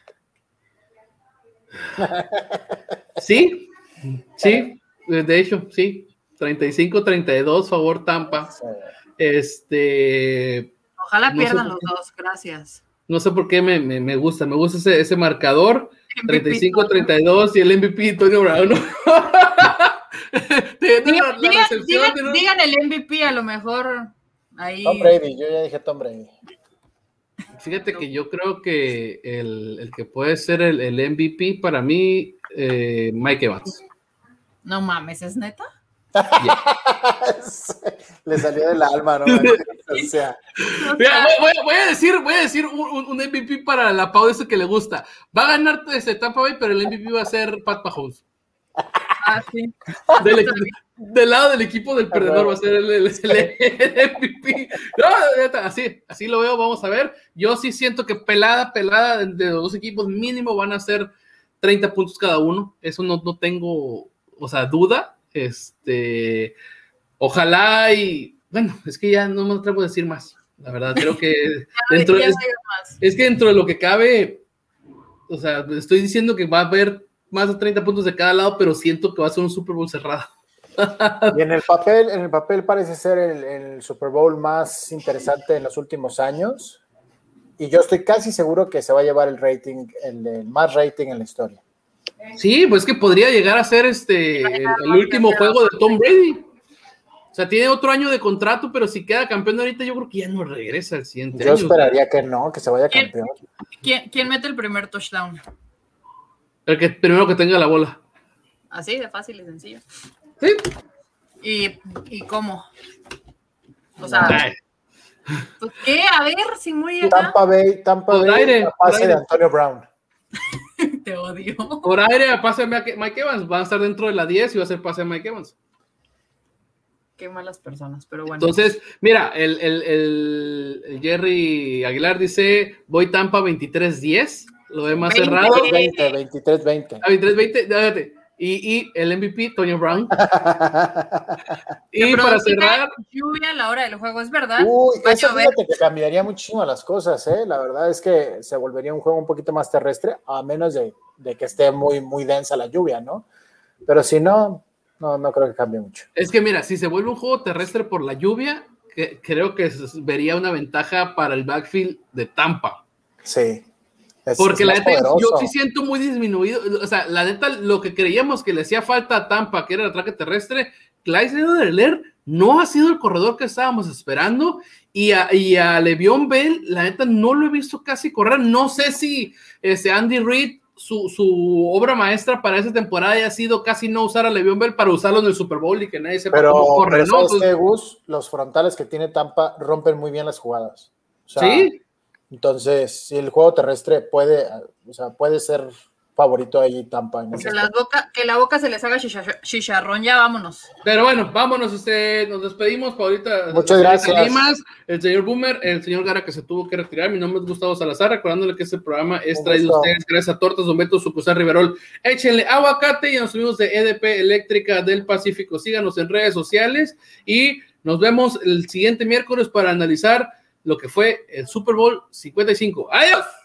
Sí, sí, de hecho, sí. treinta y cinco treinta y dos, favor Tampa. Este. Ojalá no pierdan sé los qué. dos, gracias. No sé por qué me, me, me gusta, me gusta ese, ese marcador, M V P treinta y cinco treinta y dos y el M V P Antonio Brown, ¿no? Teniendo Digan, la, la digan, recepción digan, de, ¿no? digan el M V P, a lo mejor ahí. Tom Brady, yo ya dije Tom Brady. Fíjate que yo creo que el, el que puede ser el, el M V P para mí, eh, Mike Evans. No mames, ¿es neta? Le salió del alma, ¿no? O sea, Mira, voy, voy- voy a decir, voy a decir un, un- un M V P para la Pau, ese que le gusta. Va a ganar ese Tampa Bay, pero el M V P va a ser Pat Mahomes. Ah, sí. Del, equi- del lado del equipo del perdedor va a ser el, el- el M V P. No, neta, así, así lo veo, vamos a ver. Yo sí siento que pelada, pelada de los dos equipos mínimo van a ser treinta puntos cada uno. Eso no, no tengo, o sea, duda. Este, ojalá y, bueno, es que ya no me atrevo a decir más. La verdad, creo que dentro, Ya es, no digas más. es que dentro de lo que cabe, o sea, estoy diciendo que va a haber más de treinta puntos de cada lado, pero siento que va a ser un Super Bowl cerrado. y en el papel, en el papel parece ser el, el Super Bowl más interesante en los últimos años. Y yo estoy casi seguro que se va a llevar el rating, el, el más rating en la historia. Sí, pues que podría llegar a ser este el, el último juego de Tom Brady. O sea, tiene otro año de contrato, pero si queda campeón ahorita, yo creo que ya no regresa al siguiente Yo año. esperaría que no, que se vaya campeón. ¿Quién, ¿Quién mete el primer touchdown? El que primero que tenga la bola. Así de fácil y sencillo. Sí. ¿Y, y cómo? O sea, Ay, pues, ¿qué? A ver, si muy acá. Tampa Bay, Tampa Por Bay, aire, la por pase de aire. Antonio Brown. Te odio. por aire, pase a Mike Mike Evans. Va a estar dentro de la diez y va a ser pase a Mike Evans. Qué malas personas, pero bueno. Entonces, mira, el, el, el- el Jerry Aguilar dice, voy Tampa veintitrés diez. Lo ve más veinte. cerrado. veinte, veintitrés veinte. A veintitrés veinte, fíjate. Y, y el M V P, Antonio Brown. Y Pero para sí cerrar, cae lluvia a la hora del juego, ¿es verdad? Uy, Va a eso llover. fíjate que cambiaría muchísimo las cosas, ¿eh? La verdad es que se volvería un juego un poquito más terrestre, a menos de, de que esté muy, muy densa la lluvia, ¿no? Pero si no, no, no creo que cambie mucho. es que mira, si se vuelve un juego terrestre por la lluvia, que, creo que se- vería una ventaja para el backfield de Tampa. Sí. Es, Porque es la más neta, yo poderoso. sí siento muy disminuido. O sea, la neta, lo que creíamos que le hacía falta a Tampa, que era el ataque terrestre, Clyde Edwards-Helaire no ha sido el corredor que estábamos esperando. Y a, y a Le'Veon Bell, la neta, no lo he visto casi correr. No sé si este Andy Reid, su, su obra maestra para esa temporada haya sido casi no usar a Le'Veon Bell para usarlo en el Super Bowl y que nadie sepa Pero, cómo corre, pero ¿no? ¿sabes Pues, qué, Gus? Los frontales que tiene Tampa rompen muy bien las jugadas. O sea, sí. entonces, si el juego terrestre puede, o sea, puede ser favorito ahí Tampa. En ese Que, las aspecto. boca, que la boca se les haga chicha- chicharrón, ya vámonos. Pero bueno, vámonos, este, nos despedimos, Paulita. Muchas gracias. Limas, el señor Boomer, el señor Gara que se tuvo que retirar. Mi nombre es Gustavo Salazar, recordándole que este programa es Un traído a gusto. ustedes gracias a Tortas Don Beto, Sucursal Riverol. Échenle aguacate y nos subimos de E D P Eléctrica del Pacífico. Síganos en redes sociales y nos vemos el siguiente miércoles para analizar lo que fue el Super Bowl cincuenta y cinco. ¡Adiós!